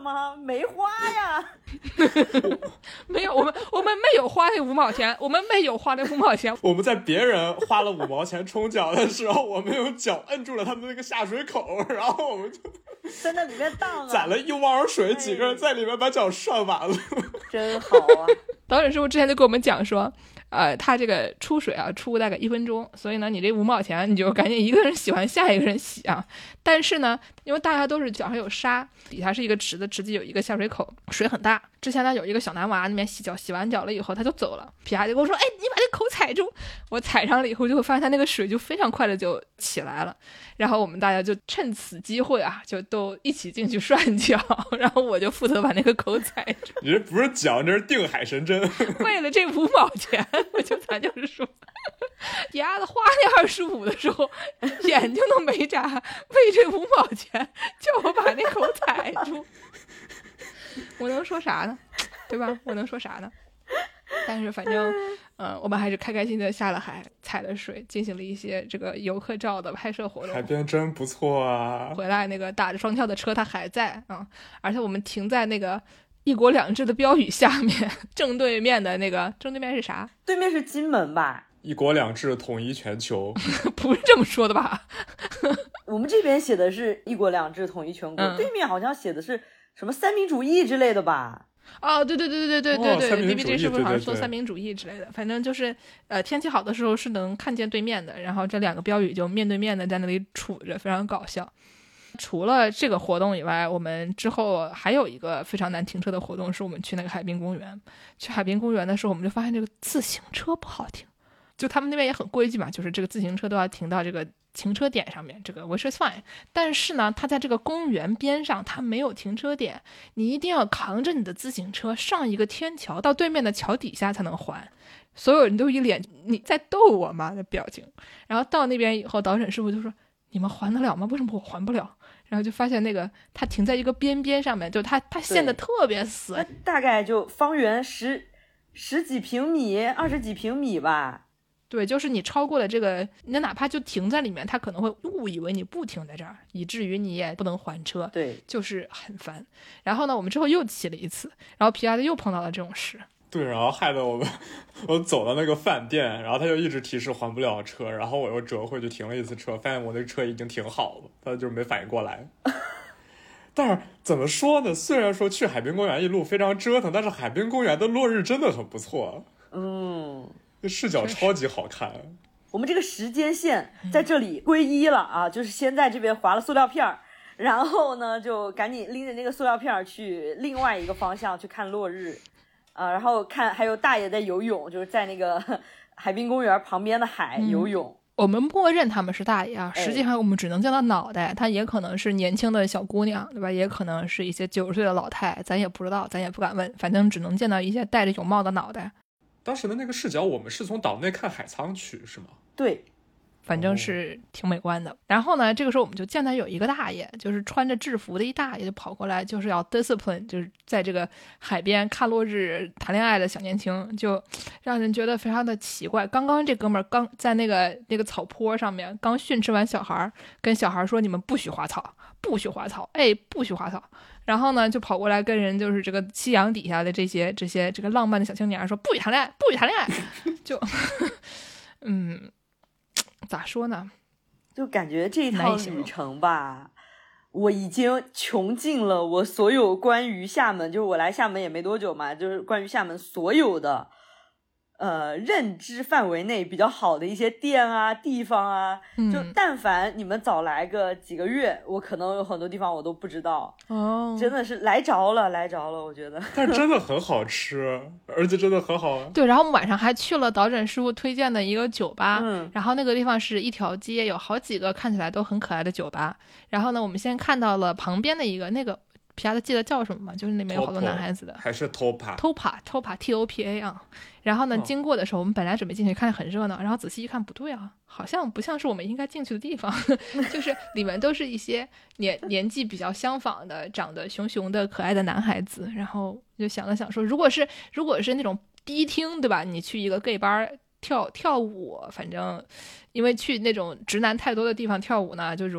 吗？没花呀。 没有，我们我们没有花那五毛钱，我们没有花那五毛钱。 我们在别人花了五毛钱冲脚的时候，我们用脚摁住了他们的那个下水口，然后我们就在那里面荡啊， 攒了一汪水，几个人在里面把脚涮完了， 真好啊！ 导演师傅之前就跟我们讲说，呃，他这个出水啊，出大概一分钟，所以呢，你这五毛钱你就赶紧一个人洗完，下一个人洗啊。但是呢，因为大家都是脚上有沙，底下是一个池子，池子有一个下水口，水很大。之前呢，有一个小男娃那边洗脚，洗完脚了以后他就走了，皮亚就跟我说：“哎，你把这口踩住。”我踩上了以后，就会发现他那个水就非常快的就起来了。然后我们大家就趁此机会啊，就都一起进去涮脚，然后我就负责把那个口踩住。 你这不是脚，这是定海神针。 为了这五毛钱，我就咱就是说，丫的花那二十五的时候，眼睛都没眨，为这五毛钱叫我把那口踩住，我能说啥呢？对吧？我能说啥呢？但是反正，呃，我们还是开开心心的下了海，踩了水，进行了一些这个游客照的拍摄活动。 海边真不错啊！ 回来那个打着双跳的车它还在啊、嗯，而且我们停在那个一国两制的标语下面，正对面的那个正对面是啥？ 对面是金门吧？ 一国两制统一全球。 不是这么说的吧？ 我们这边写的是一国两制统一全国、嗯、对面好像写的是什么三民主义之类的吧？ 哦，对对对对对对对对 ，B B J 是不是好像说对对对三民主义之类的？反正就是呃天气好的时候是能看见对面的，然后这两个标语就面对面的在那里杵着，非常搞笑。除了这个活动以外，我们之后还有一个非常难停车的活动，是我们去那个海滨公园。去海滨公园的时候，我们就发现这个自行车不好停，就他们那边也很规矩嘛，就是这个自行车都要停到这个停车点上面，这个 which is fine。但是呢，它在这个公园边上，它没有停车点，你一定要扛着你的自行车上一个天桥，到对面的桥底下才能还。所有人都一脸你在逗我吗的表情。然后到那边以后，导审师傅就说：“你们还得了吗？为什么我还不了？”然后就发现那个它停在一个边边上面，就它它陷得特别死， 大概就方圆十十几平米、二十几平米吧。 对，就是你超过了这个，你哪怕就停在里面，他可能会误以为你不停在这儿，以至于你也不能还车。 对， 就是很烦。然后呢，我们之后又骑了一次，然后皮亚的又碰到了这种事。 对，然后害得我们，我走到那个饭店，然后他就一直提示还不了车，然后我又折回去停了一次车，发现我那车已经停好了，他就是没反应过来。但是怎么说呢？虽然说去海滨公园一路非常折腾，但是海滨公园的落日真的很不错。 嗯， 那视角超级好看。 我们这个时间线在这里归一了啊，就是先在这边划了塑料片，然后呢就赶紧拎着那个塑料片去另外一个方向去看落日。啊，然后看还有大爷在游泳，就是在那个海滨公园旁边的海游泳。 嗯、我们默认他们是大爷啊，实际上我们只能见到脑袋，他也可能是年轻的小姑娘，对吧？也可能是一些九十岁的老太，咱也不知道，咱也不敢问，反正只能见到一些戴着泳帽的脑袋。 当时的那个视角，我们是从岛内看海沧去，是吗？ 对。 反正是挺美观的、哦、然后呢这个时候我们就见到有一个大爷，就是穿着制服的一大爷就跑过来，就是要 discipline， 就是在这个海边看落日谈恋爱的小年轻，就让人觉得非常的奇怪。刚刚这哥们儿刚在那个那个草坡上面刚训斥完小孩，跟小孩说你们不许花草不许花草，哎不许花草，然后呢就跑过来跟人就是这个夕阳底下的这些这些这个浪漫的小青年说不许谈恋爱不许谈恋爱就嗯咋说呢， 就感觉这趟旅程吧，我已经穷尽了我所有关于厦门，就是我来厦门也没多久嘛，就是关于厦门所有的呃认知范围内比较好的一些店啊地方啊、嗯、就但凡你们早来个几个月，我可能有很多地方我都不知道哦，真的是来着了来着了我觉得。 但真的很好吃，而且真的很好。 对，然后我们晚上还去了导诊师傅推荐的一个酒吧、嗯、然后那个地方是一条街，有好几个看起来都很可爱的酒吧。然后呢我们先看到了旁边的一个那个皮亚的记得叫什么吗？就是那边有好多男孩子的， 还是 Topa Topa Topa T O P A 啊。然后呢、哦、经过的时候我们本来准备进去看很热闹，然后仔细一看不对啊，好像不像是我们应该进去的地方就是里面都是一些年年纪比较相仿的长得熊熊的可爱的男孩子。然后就想了想说，如果是如果是那种迪厅对吧，你去一个 gay bar跳跳舞，反正因为去那种直男太多的地方跳舞呢就容易被打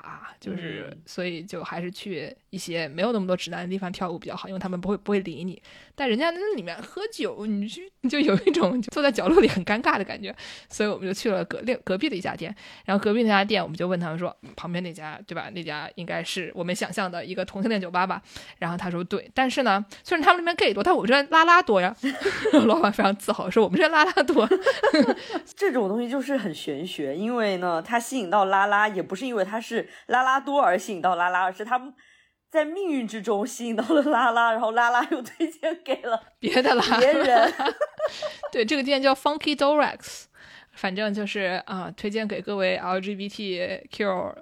卡，就是、嗯、所以就还是去一些没有那么多直男的地方跳舞比较好，因为他们不会不会理你。但人家那里面喝酒，你就你就有一种坐在角落里很尴尬的感觉，所以我们就去了隔隔壁的一家店。然后隔壁那家店，我们就问他们说，旁边那家对吧？那家应该是我们想象的一个同性恋酒吧吧？然后他说对，但是呢，虽然他们那边 gay 多，但我们这边拉拉多呀。老板非常自豪说我们这边拉拉多。 这种东西就是很玄学，因为呢，他吸引到拉拉也不是因为他是拉拉多而吸引到拉拉，而是他们在命运之中吸引到了拉拉，然后拉拉又推荐给了别的拉别人。 对，这个店叫 Funky Dorex， 反正就是啊、呃，推荐给各位 L G B T Q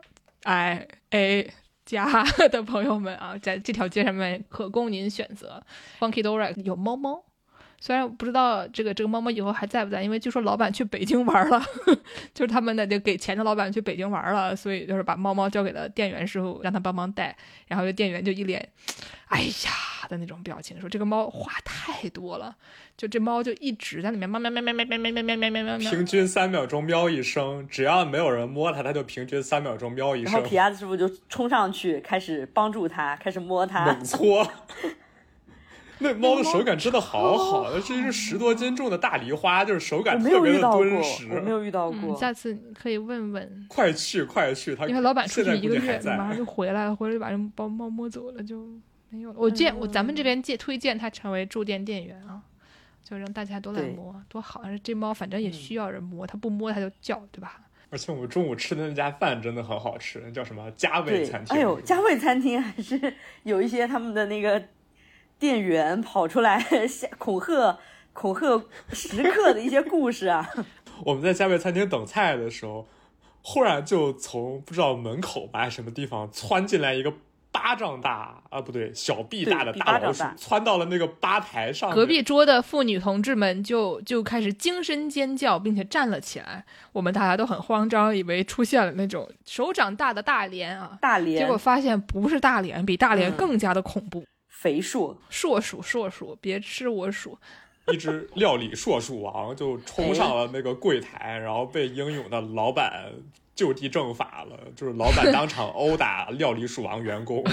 I A 加的朋友们啊，在这条街上面可供您选择。Funky Dorex 有猫猫。虽然我不知道这个这个猫猫以后还在不在，因为据说老板去北京玩了，就是他们的这给钱的老板去北京玩了，所以就是把猫猫交给了店员师傅，让他帮忙带。然后这店员就一脸哎呀的那种表情，说这个猫话太多了，就这猫就一直在里面喵喵喵喵喵喵喵喵喵喵喵喵， 平均三秒钟喵一声，只要没有人摸它，它就平均三秒钟喵一声。 然后皮亚子师傅就冲上去开始帮助它，开始摸它， 猛搓。那猫的手感真的好好，那是一只十多斤重的大梨花，就是手感特别的敦实。 我没有遇到过， 嗯、下次可以问问。 快去快去，他因为老板出去一个月，马上就回来了，回来就把人包猫摸走了，就没有了。我见我咱们这边借推荐他成为驻店店员啊，就让大家都来摸，多好！这猫反正也需要人摸，它不摸它就叫，对吧？ 而且我们中午吃的那家饭真的很好吃，那叫什么家味餐厅？ 哎呦，家味餐厅还是有一些他们的那个店员跑出来恐吓恐吓食客的一些故事啊。 我们在家味餐厅等菜的时候，忽然就从不知道门口吧什么地方窜进来一个巴掌大啊，不对，小臂大的大老鼠，窜到了那个吧台上面。 隔壁桌的妇女同志们就就开始惊声尖叫，并且站了起来。我们大家都很慌张，以为出现了那种手掌大的大蠊啊， 大蠊。 结果发现不是大蠊，比大蠊更加的恐怖。嗯、 肥硕硕鼠，硕鼠，别吃我鼠。 一只料理硕鼠王就冲上了那个柜台，然后被英勇的老板就地正法了，就是老板当场殴打料理鼠王员工。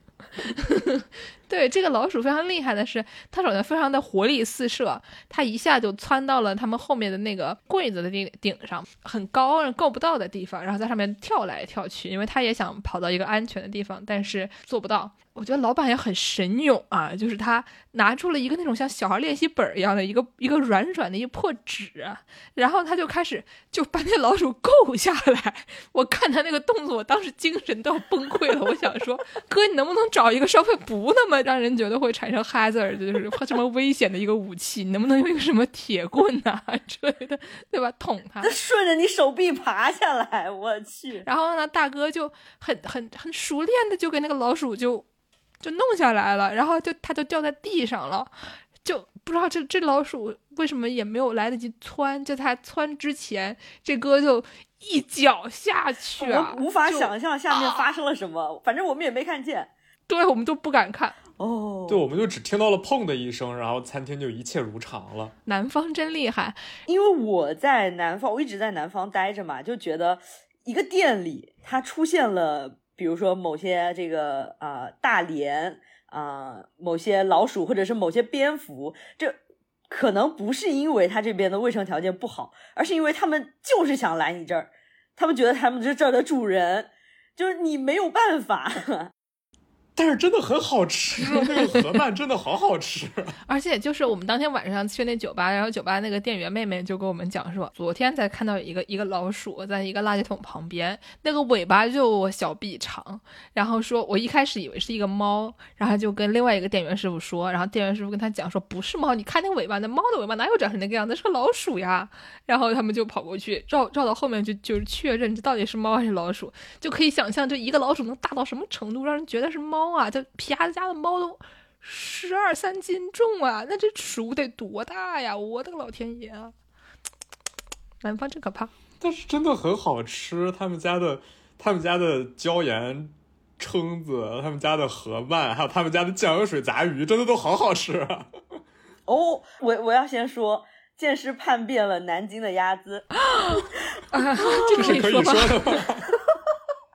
对，这个老鼠非常厉害的是，它首先非常的活力四射，它一下就窜到了他们后面的那个柜子的顶顶上，很高够不到的地方，然后在上面跳来跳去，因为它也想跑到一个安全的地方，但是做不到。我觉得老板也很神勇啊，就是他拿出了一个那种像小孩练习本一样的一个一个软软的一破纸，然后他就开始就把那老鼠够下来。我看他那个动作，我当时精神都要崩溃了。我想说，哥，你能不能找一个稍微不那么让人觉得会产生 hazard， 就是这么危险的一个武器？你能不能用一个什么铁棍啊之类的，对吧？捅他， 顺着你手臂爬下来，我去。 然后呢，大哥就很很很熟练的就给那个老鼠就。就弄下来了，然后就它就掉在地上了，就不知道这这老鼠为什么也没有来得及窜，就它窜之前，这哥就一脚下去啊！ 我无法想象下面发生了什么，啊、反正我们也没看见， 对，我们都不敢看。 哦， 对，我们就只听到了砰的一声，然后餐厅就一切如常了。 南方真厉害， 因为我在南方，我一直在南方待着嘛，就觉得一个店里它出现了。比如说某些这个啊、呃、大蠊啊、呃，某些老鼠或者是某些蝙蝠，这可能不是因为他这边的卫生条件不好，而是因为他们就是想来你这儿，他们觉得他们是这儿的主人，就是你没有办法。 但是真的很好吃，那个河鳗真的好好吃。 而且就是我们当天晚上去那酒吧，然后酒吧那个店员妹妹就跟我们讲说，昨天才看到一个一个老鼠在一个垃圾桶旁边，那个尾巴就我小臂长，然后说我一开始以为是一个猫，然后就跟另外一个店员师傅说，然后店员师傅跟他讲说不是猫，你看那尾巴，那猫的尾巴哪有长成那个样子，是个老鼠呀。然后他们就跑过去绕绕到后面就就是确认这到底是猫还是老鼠，就可以想象这一个老鼠能大到什么程度，让人觉得是猫啊，这皮亚子家的猫都十二三斤重啊，那这鼠得多大呀！我的个老天爷啊！南方真可怕， 但是真的很好吃。他们家的他们家的椒盐蛏子，他们家的河鳗，还有他们家的酱油水杂鱼，真的都好好吃啊！ 哦，我我要先说，剑师叛变了南京的鸭子， 啊、这个是可以说的吗？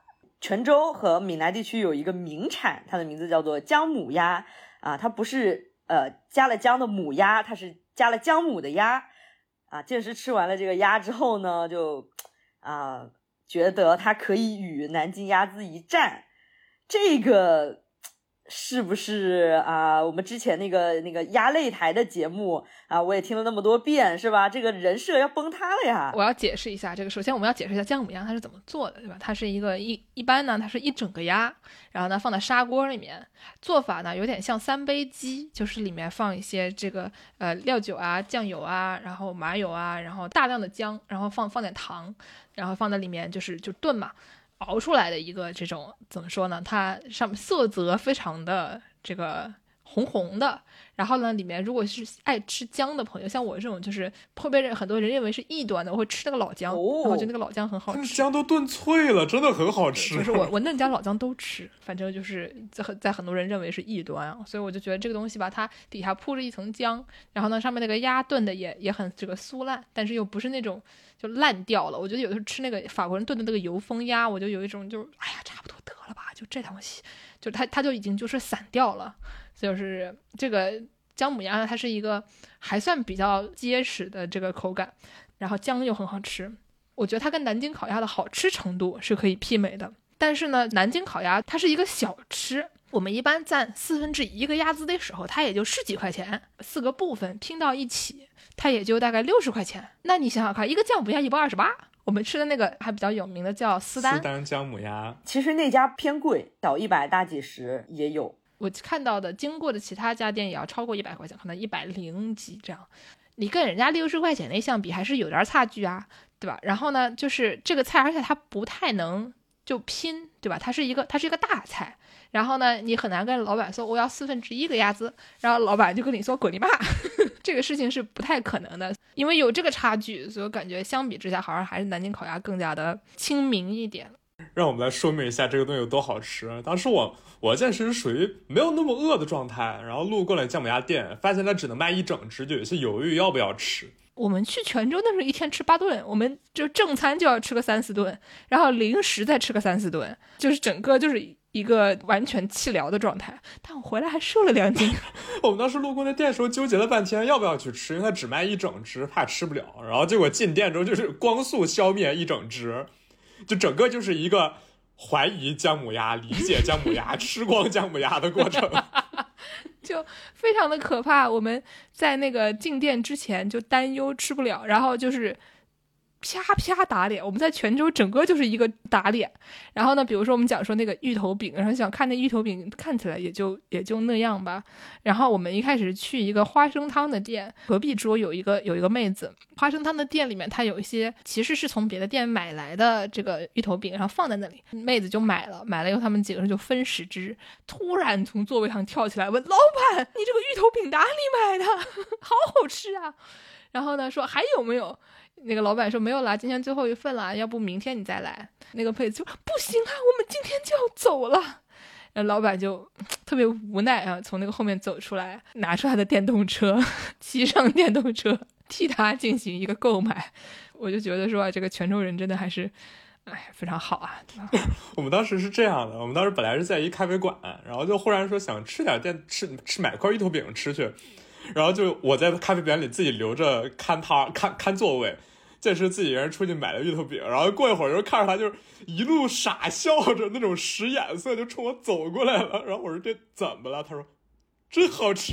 泉州和闽南地区有一个名产，它的名字叫做姜母鸭啊，它不是呃加了姜的母鸭，它是加了姜母的鸭啊。剑师吃完了这个鸭之后呢，就啊觉得它可以与南京鸭子一战，这个是不是啊？我们之前那个那个鸭擂台的节目啊，我也听了那么多遍，是吧？这个人设要崩塌了呀！ 我要解释一下这个，首先我们要解释一下姜母鸭它是怎么做的，对吧？它是一个一一般呢，它是一整个鸭，然后呢放在砂锅里面，做法呢有点像三杯鸡，就是里面放一些这个呃料酒啊、酱油啊，然后麻油啊，然后大量的姜，然后放放点糖，然后放在里面就是就炖嘛。熬出来的一个这种怎么说呢？它上面色泽非常的这个红红的，然后呢，里面如果是爱吃姜的朋友，像我这种就是会被很多人认为是异端的，我会吃那个老姜， 哦、 然后就那个老姜很好吃， 姜都炖脆了，真的很好吃。 就是我我嫩姜老姜都吃，反正就是在在很多人认为是异端啊，所以我就觉得这个东西吧，它底下铺着一层姜，然后呢上面那个鸭炖的也也很这个酥烂，但是又不是那种就烂掉了。我觉得有的时候吃那个法国人炖的那个油封鸭，我就有一种就是哎呀差不多得了吧，就这东西，就它它就已经就是散掉了。就是这个姜母鸭它是一个还算比较结实的这个口感，然后姜又很好吃，我觉得它跟南京烤鸭的好吃程度是可以媲美的。但是呢，南京烤鸭它是一个小吃，我们一般占四分之一个鸭子的时候，它也就十几块钱，四个部分拼到一起，它也就大概六十块钱。那你想想看，一个姜母鸭一百二十八，我们吃的那个还比较有名的叫斯丹， 斯丹姜母鸭， 其实那家偏贵，小一百大几十也有。 我看到的经过的其他家店也要超过一百块钱，可能一百零几这样。你跟人家六十块钱那相比，还是有点差距啊，对吧？然后呢，就是这个菜，而且它不太能就拼，对吧？它是一个它是一个大菜，然后呢，你很难跟老板说我要四分之一个鸭子，然后老板就跟你说滚你妈，这个事情是不太可能的，因为有这个差距，所以我感觉相比之下，好像还是南京烤鸭更加的亲民一点。 让我们来说明一下这个东西有多好吃。当时我我健身是属于没有那么饿的状态，然后路过了姜母鸭店，发现它只能卖一整只，就有些犹豫要不要吃。 我们去泉州那时候一天吃八顿，我们就正餐就要吃个三四顿，然后零食再吃个三四顿，就是整个就是一个完全气疗的状态。但我回来还瘦了两斤。 我们当时路过那店的时候纠结了半天要不要去吃，因为它只卖一整只，怕吃不了。然后结果进店之后就是光速消灭一整只，就整个就是一个怀疑姜母鸭、理解姜母鸭、吃光姜母鸭的过程。 就非常的可怕。我们在那个进店之前就担忧吃不了，然后就是啪啪打脸。我们在泉州整个就是一个打脸。然后呢，比如说我们讲说那个芋头饼，然后想看那芋头饼看起来也就也就那样吧。然后我们一开始去一个花生汤的店，隔壁桌有一个有一个妹子，花生汤的店里面它有一些其实是从别的店买来的这个芋头饼，然后放在那里，妹子就买了，买了以后他们几个人就分十只，突然从座位上跳起来问老板，你这个芋头饼哪里买的？好好吃啊。然后呢说还有没有，那个老板说没有啦，今天最后一份了，要不明天你再来。那个妹子就不行啊，我们今天就要走了。然后老板就特别无奈啊，从那个后面走出来，拿出他的电动车，骑上电动车替他进行一个购买。我就觉得说这个泉州人真的还是哎非常好啊。 我们当时是这样的，我们当时本来是在一咖啡馆，然后就忽然说想吃点店吃吃买块芋头饼吃去，然后就我在咖啡馆里自己留着看摊看看座位，这是自己人出去买了芋头饼，然后过一会儿就看着他就是一路傻笑着那种使眼色就冲我走过来了，然后我说这怎么了？他说真好吃。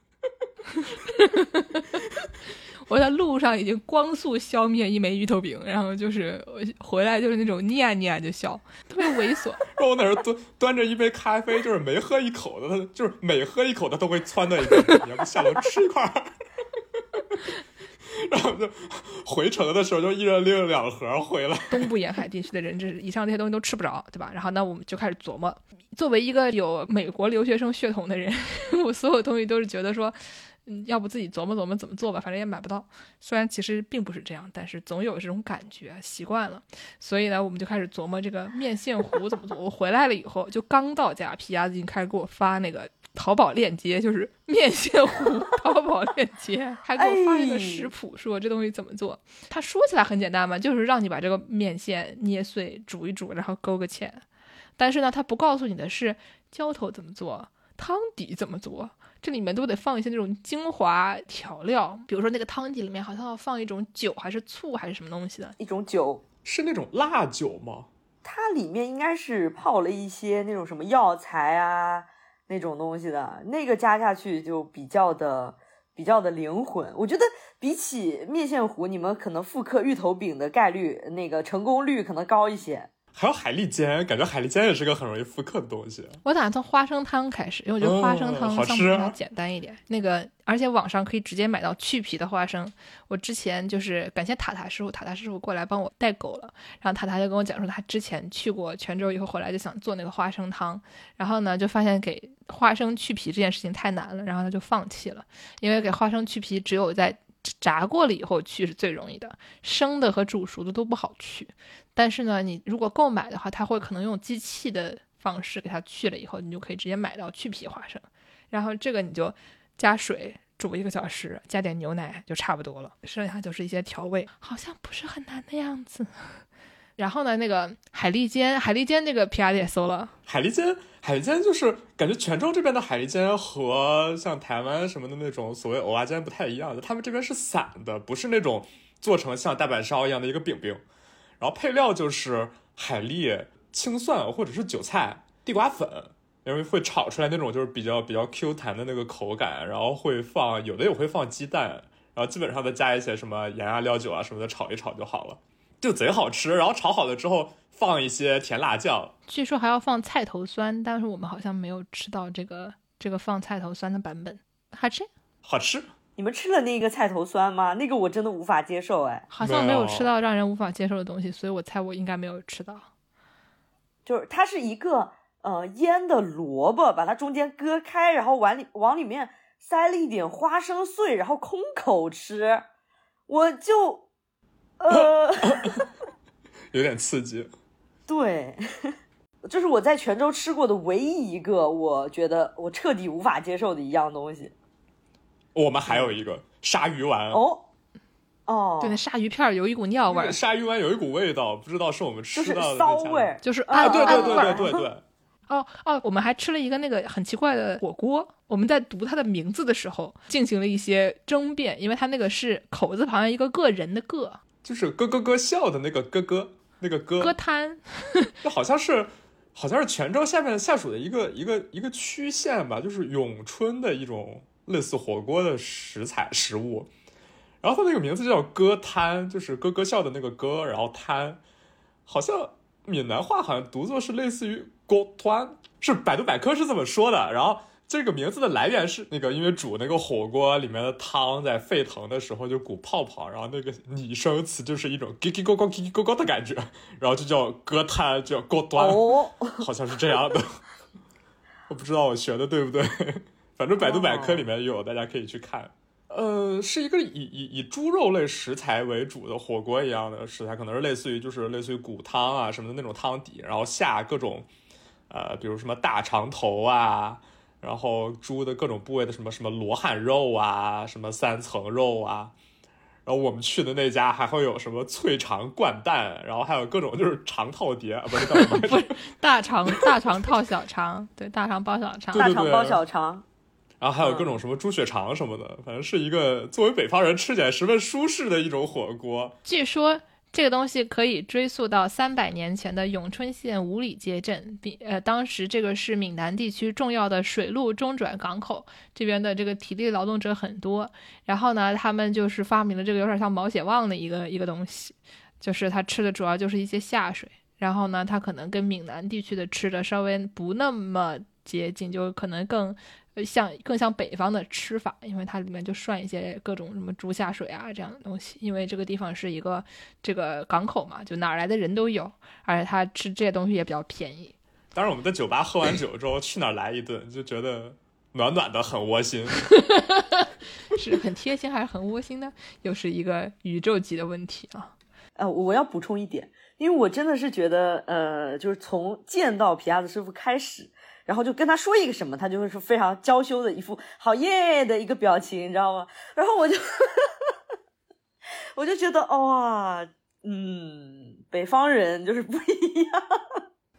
我在路上已经光速消灭一枚芋头饼，然后就是回来就是那种念念就笑，特别猥琐。 然后我那时候端端着一杯咖啡，就是每喝一口的，他就是每喝一口他都会撺到一杯，你要不下楼吃一块。然后就回程的时候就一人拎了两盒回来。 东部沿海地区的人，这以上这些东西都吃不着，对吧？然后呢，我们就开始琢磨。作为一个有美国留学生血统的人，我所有东西都是觉得说，嗯，要不自己琢磨琢磨怎么做吧，反正也买不到。虽然其实并不是这样，但是总有这种感觉，习惯了。所以呢，我们就开始琢磨这个面线糊怎么做。我回来了以后，就刚到家，皮鸭子已经开始给我发那个淘宝链接，就是面线糊淘宝链接，还给我发一个食谱，说这东西怎么做。他说起来很简单嘛，就是让你把这个面线捏碎煮一煮，然后勾个芡。 但是呢他不告诉你的是浇头怎么做，汤底怎么做，这里面都得放一些那种精华调料，比如说那个汤底里面好像要放一种酒还是醋还是什么东西的， 一种酒， 是那种辣酒吗？ 它里面应该是泡了一些那种什么药材啊那种东西的，那个加下去就比较的比较的灵魂。我觉得比起面线糊，你们可能复刻芋头饼的概率那个成功率可能高一些。 还有海蛎煎，感觉海蛎煎也是个很容易复刻的东西。 我打算从花生汤开始，因为我觉得花生汤嗯、 项目比较简单一点、啊、那个而且网上可以直接买到去皮的花生。我之前就是感谢塔塔师傅，塔塔师傅过来帮我代购了，然后塔塔就跟我讲说他之前去过泉州以后回来就想做那个花生汤，然后呢就发现给花生去皮这件事情太难了，然后他就放弃了，因为给花生去皮只有在炸过了以后去是最容易的，生的和煮熟的都不好去。但是呢你如果购买的话，它会可能用机器的方式给它去了以后，你就可以直接买到去皮花生，然后这个你就加水煮一个小时，加点牛奶就差不多了，剩下就是一些调味，好像不是很难的样子。然后呢那个海蛎煎，海蛎煎那个 P R 也搜了， 海蛎煎海蛎煎就是感觉泉州这边的海蛎煎和像台湾什么的那种所谓蚵仔煎不太一样的，他们这边是散的，不是那种做成像大阪烧一样的一个饼饼，然后配料就是海蛎、青蒜或者是韭菜、地瓜粉，因为会炒出来那种就是比较比较 Q 弹的那个口感，然后会放有的也会放鸡蛋，然后基本上再加一些什么盐啊料酒啊什么的炒一炒就好了，就贼好吃。然后炒好了之后放一些甜辣酱， 据说还要放菜头酸，但是我们好像没有吃到这个这个放菜头酸的版本。好吃好吃。 你们吃了那个菜头酸吗？那个我真的无法接受。哎， 好像没有吃到让人无法接受的东西，所以我猜我应该没有吃到。 就是它是一个呃腌的萝卜，把它中间割开，然后往里往里面塞了一点花生碎，然后空口吃，我就呃有点刺激。 对，这是我在泉州吃过的唯一一个我觉得我彻底无法接受的一样东西。 我们还有一个鲨鱼丸哦哦， 对，那鲨鱼片有一股尿味， 鲨鱼丸有一股味道，不知道是我们吃到的就是骚味， 就是啊，对对对对对对对。 哦哦，我们还吃了一个那个很奇怪的火锅。我们在读它的名字的时候进行了一些争辩，因为它那个是口字旁一个个人的个， 就是咯咯咯笑的那个咯咯那个咯咯摊， 那好像是好像是泉州下面下属的一个一个一个区县吧，就是永春的一种类似火锅的食材食物。然后它那个名字就叫咯摊，就是咯咯笑的那个咯，然后摊，好像闽南话好像读作是类似于锅团，是百度百科是这么说的。然后这个名字的来源是那个因为煮那个火锅里面的汤在沸腾的时候就鼓泡泡，然后那个拟声词就是一种叽叽咕咕叽叽咕咕的感觉，然后就叫锅摊，就叫锅端、哦、好像是这样的。我不知道我学的对不对，反正百度百科里面有，大家可以去看。呃，是一个以以以猪肉类食材为主的火锅一样的食材，可能是类似于就是类似于骨汤啊什么的那种汤底，然后下各种呃，比如什么大肠头啊，然后猪的各种部位的什么什么罗汉肉啊，什么三层肉啊，然后我们去的那家还会有什么脆肠灌蛋，然后还有各种就是肠套碟，啊、不是不是大肠大肠套小肠，对，大肠包小肠， 大肠包小肠。 然后还有各种什么猪血肠什么的、嗯、反正是一个作为北方人吃起来十分舒适的一种火锅。 据说这个东西可以追溯到三百年前的永春县五里街镇，比呃当时这个是闽南地区重要的水陆中转港口，这边的这个体力劳动者很多，然后呢他们就是发明了这个有点像毛血旺的一个一个东西，就是他吃的主要就是一些下水，然后呢他可能跟闽南地区的吃的稍微不那么接近，就可能更像更像北方的吃法，因为它里面就涮一些各种什么猪下水啊这样的东西，因为这个地方是一个这个港口嘛，就哪儿来的人都有，而且它吃这些东西也比较便宜。 当然我们在酒吧喝完酒之后去哪儿来一顿就觉得暖暖的，很窝心。 是很贴心还是很窝心呢？又是一个宇宙级的问题啊。 呃，我要补充一点，因为我真的是觉得呃就是从见到皮亚子师傅开始，然后就跟他说一个什么，他就会是非常娇羞的一副好耶的一个表情，你知道吗？然后我就我就觉得哇、哦，嗯，北方人就是不一样。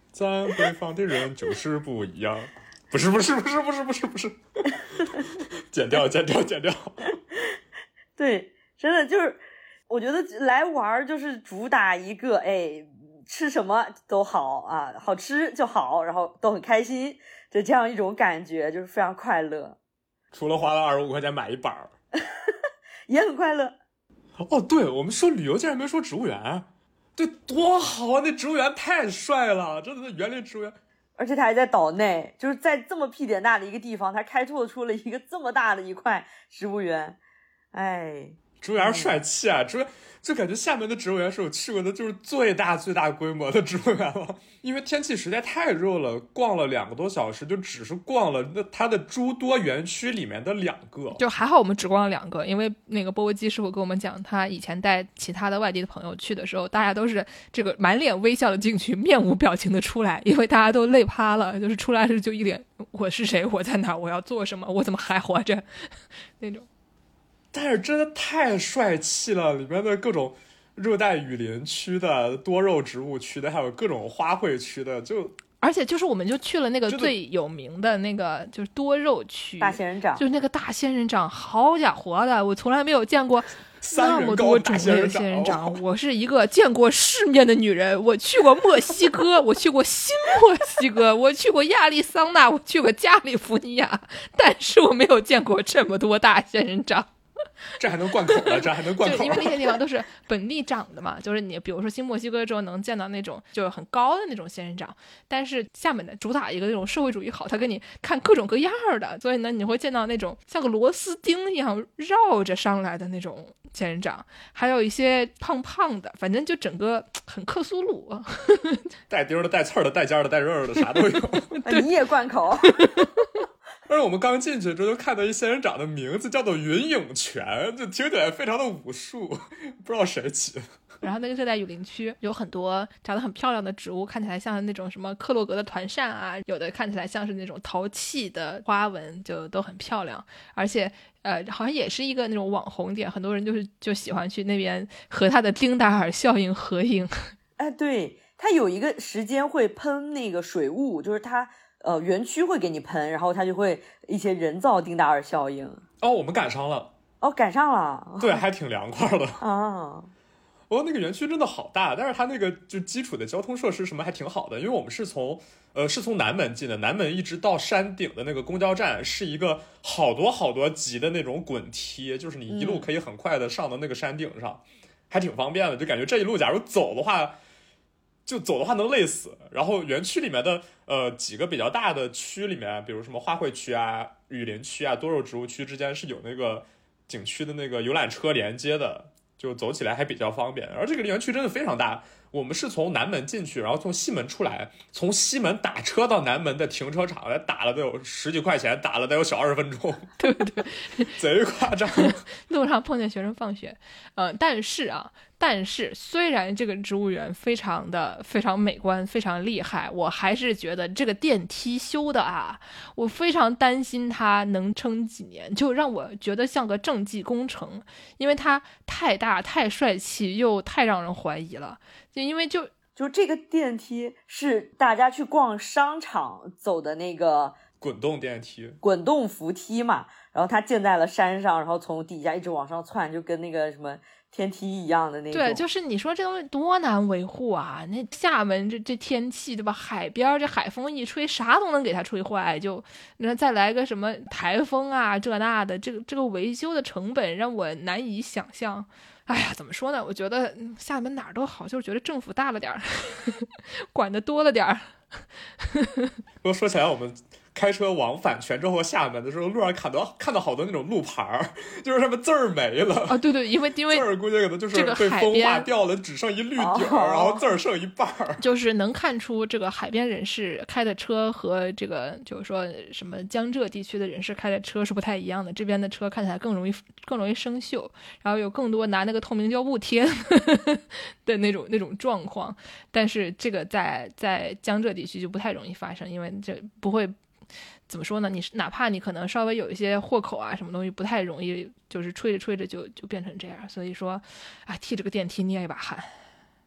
咱北方的人就是不一样。不是不是不是不是不是不是，剪掉剪掉剪掉。 对，真的就是我觉得来玩就是主打一个，哎，吃什么都好啊，好吃就好，然后都很开心，就这样一种感觉，就是非常快乐。 除了花了二十五块钱买一板儿， 也很快乐。 哦，对，我们说旅游竟然没说植物园，对，多好啊！那植物园太帅了，真的，园林植物园。 而且它还在岛内，就是在这么屁点大的一个地方，它开拓出了一个这么大的一块植物园，哎， 植物园帅气啊！植物园就感觉厦门的植物园是我去过的就是最大最大规模的植物园了，因为天气实在太热了，逛了两个多小时，就只是逛了那它的诸多园区里面的两个， 就还好我们只逛了两个，因为那个波波鸡师傅跟我们讲，他以前带其他的外地的朋友去的时候，大家都是这个满脸微笑的进去，面无表情的出来，因为大家都累趴了，就是出来时就一脸我是谁，我在哪，我要做什么，我怎么还活着那种。 但是真的太帅气了，里面的各种热带雨林区的、多肉植物区的，还有各种花卉区的，就而且就是我们就去了那个最有名的那个就是多肉区， 大仙人掌， 就是那个大仙人掌，好家伙的，我从来没有见过那么多种类的仙人掌。我是一个见过世面的女人，我去过墨西哥，我去过新墨西哥，我去过亚利桑那，我去过加利福尼亚，但是我没有见过这么多大仙人掌。 这还能灌口了，这还能灌口。 就因为那些地方都是本地长的嘛，就是你比如说新墨西哥州能见到那种就是很高的那种仙人掌，但是厦门的主打一个那种社会主义好，它给你看各种各样的，所以呢你会见到那种像个螺丝钉一样绕着上来的那种仙人掌，还有一些胖胖的，反正就整个很克苏鲁， 带钉的、带刺的、带尖的、带刃的，啥都有。 你也灌口。 而且我们刚进去之后就看到一仙人掌的名字叫做云影泉，就听起来非常的武术，不知道谁起的。 然后那个热带雨林区有很多长得很漂亮的植物，看起来像那种什么克洛格的团扇啊，有的看起来像是那种陶器的花纹，就都很漂亮。而且呃，好像也是一个那种网红点，很多人就是就喜欢去那边和他的丁达尔效应合影。 哎，对，它有一个时间会喷那个水雾，就是它呃园区会给你喷，然后它就会一些人造丁达尔效应。 哦，我们赶上了。 哦，赶上了。 对，还挺凉快的啊。 哦，那个园区真的好大，但是它那个就基础的交通设施什么还挺好的，因为我们是从呃是从南门进的，南门一直到山顶的那个公交站是一个好多好多级的那种滚梯，就是你一路可以很快的上到那个山顶上，嗯、还挺方便的，就感觉这一路假如走的话，就走的话能累死。然后园区里面的呃几个比较大的区里面，比如什么花卉区啊、雨林区啊、多肉植物区之间是有那个景区的那个游览车连接的。就走起来还比较方便，而这个园区真的非常大。我们是从南门进去，然后从西门出来，从西门打车到南门的停车场，打了得有十几块钱，打了得有小二十分钟， 对对， 贼夸张。 路上碰见学生放学，呃，但是啊，但是虽然这个植物园非常的非常美观，非常厉害，我还是觉得这个电梯修的啊，我非常担心它能撑几年，就让我觉得像个政绩工程，因为它太大、太帅气，又太让人怀疑了。就因为就就这个电梯是大家去逛商场走的那个滚动电梯、 滚动扶梯嘛，然后它建在了山上，然后从底下一直往上窜，就跟那个什么天梯一样的那种。 对，就是你说这东西多难维护啊！那厦门这这天气对吧？海边这海风一吹，啥都能给它吹坏。就那再来个什么台风啊，这那的，这个这个维修的成本让我难以想象。哎呀，怎么说呢？我觉得厦门哪儿都好，就是觉得政府大了点儿，管的多了点儿。 不过说起来，我们开车往返泉州和厦门的时候，路上看到看到好多那种路牌，就是上面字儿没了啊、哦！对对，因为因为字儿估计可能就是被风化掉了，只剩一绿底儿， 哦、 然后字儿剩一半儿。 就是能看出这个海边人士开的车和这个就是说什么江浙地区的人士开的车是不太一样的，这边的车看起来更容易更容易生锈，然后有更多拿那个透明胶布贴的那种那种状况。但是这个在在江浙地区就不太容易发生，因为这不会。怎么说呢？你哪怕你可能稍微有一些豁口啊，什么东西不太容易，就是吹着吹着就就变成这样。所以说，啊，替这个电梯捏一把汗。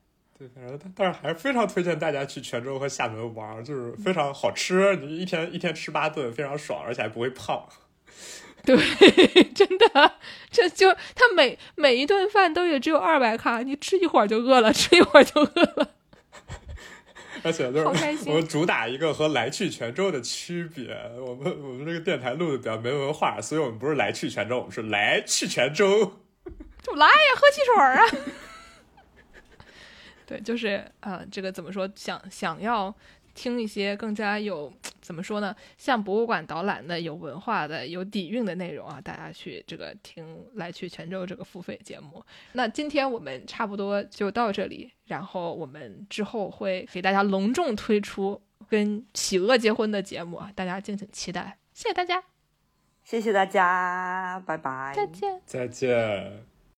对，反正但是还是非常推荐大家去泉州和厦门玩，就是非常好吃，你一天一天吃八顿，非常爽，而且还不会胖。 对，真的，这就它每每一顿饭都也只有二百卡，你吃一会儿就饿了，吃一会儿就饿了。 而且就是我们主打一个和来去泉州的区别，我们我们这个电台录的比较没文化，所以我们不是来去泉州，我们是来去泉州。 就来呀，喝汽水啊！对，就是呃，这个怎么说？想想要听一些更加有怎么说呢，像博物馆导览的、有文化的、有底蕴的内容啊，大家去这个听来去泉州这个付费节目。那今天我们差不多就到这里，然后我们之后会给大家隆重推出跟企鹅结婚的节目啊，大家敬请期待。谢谢大家， 谢谢大家，拜拜， 再见， 再见。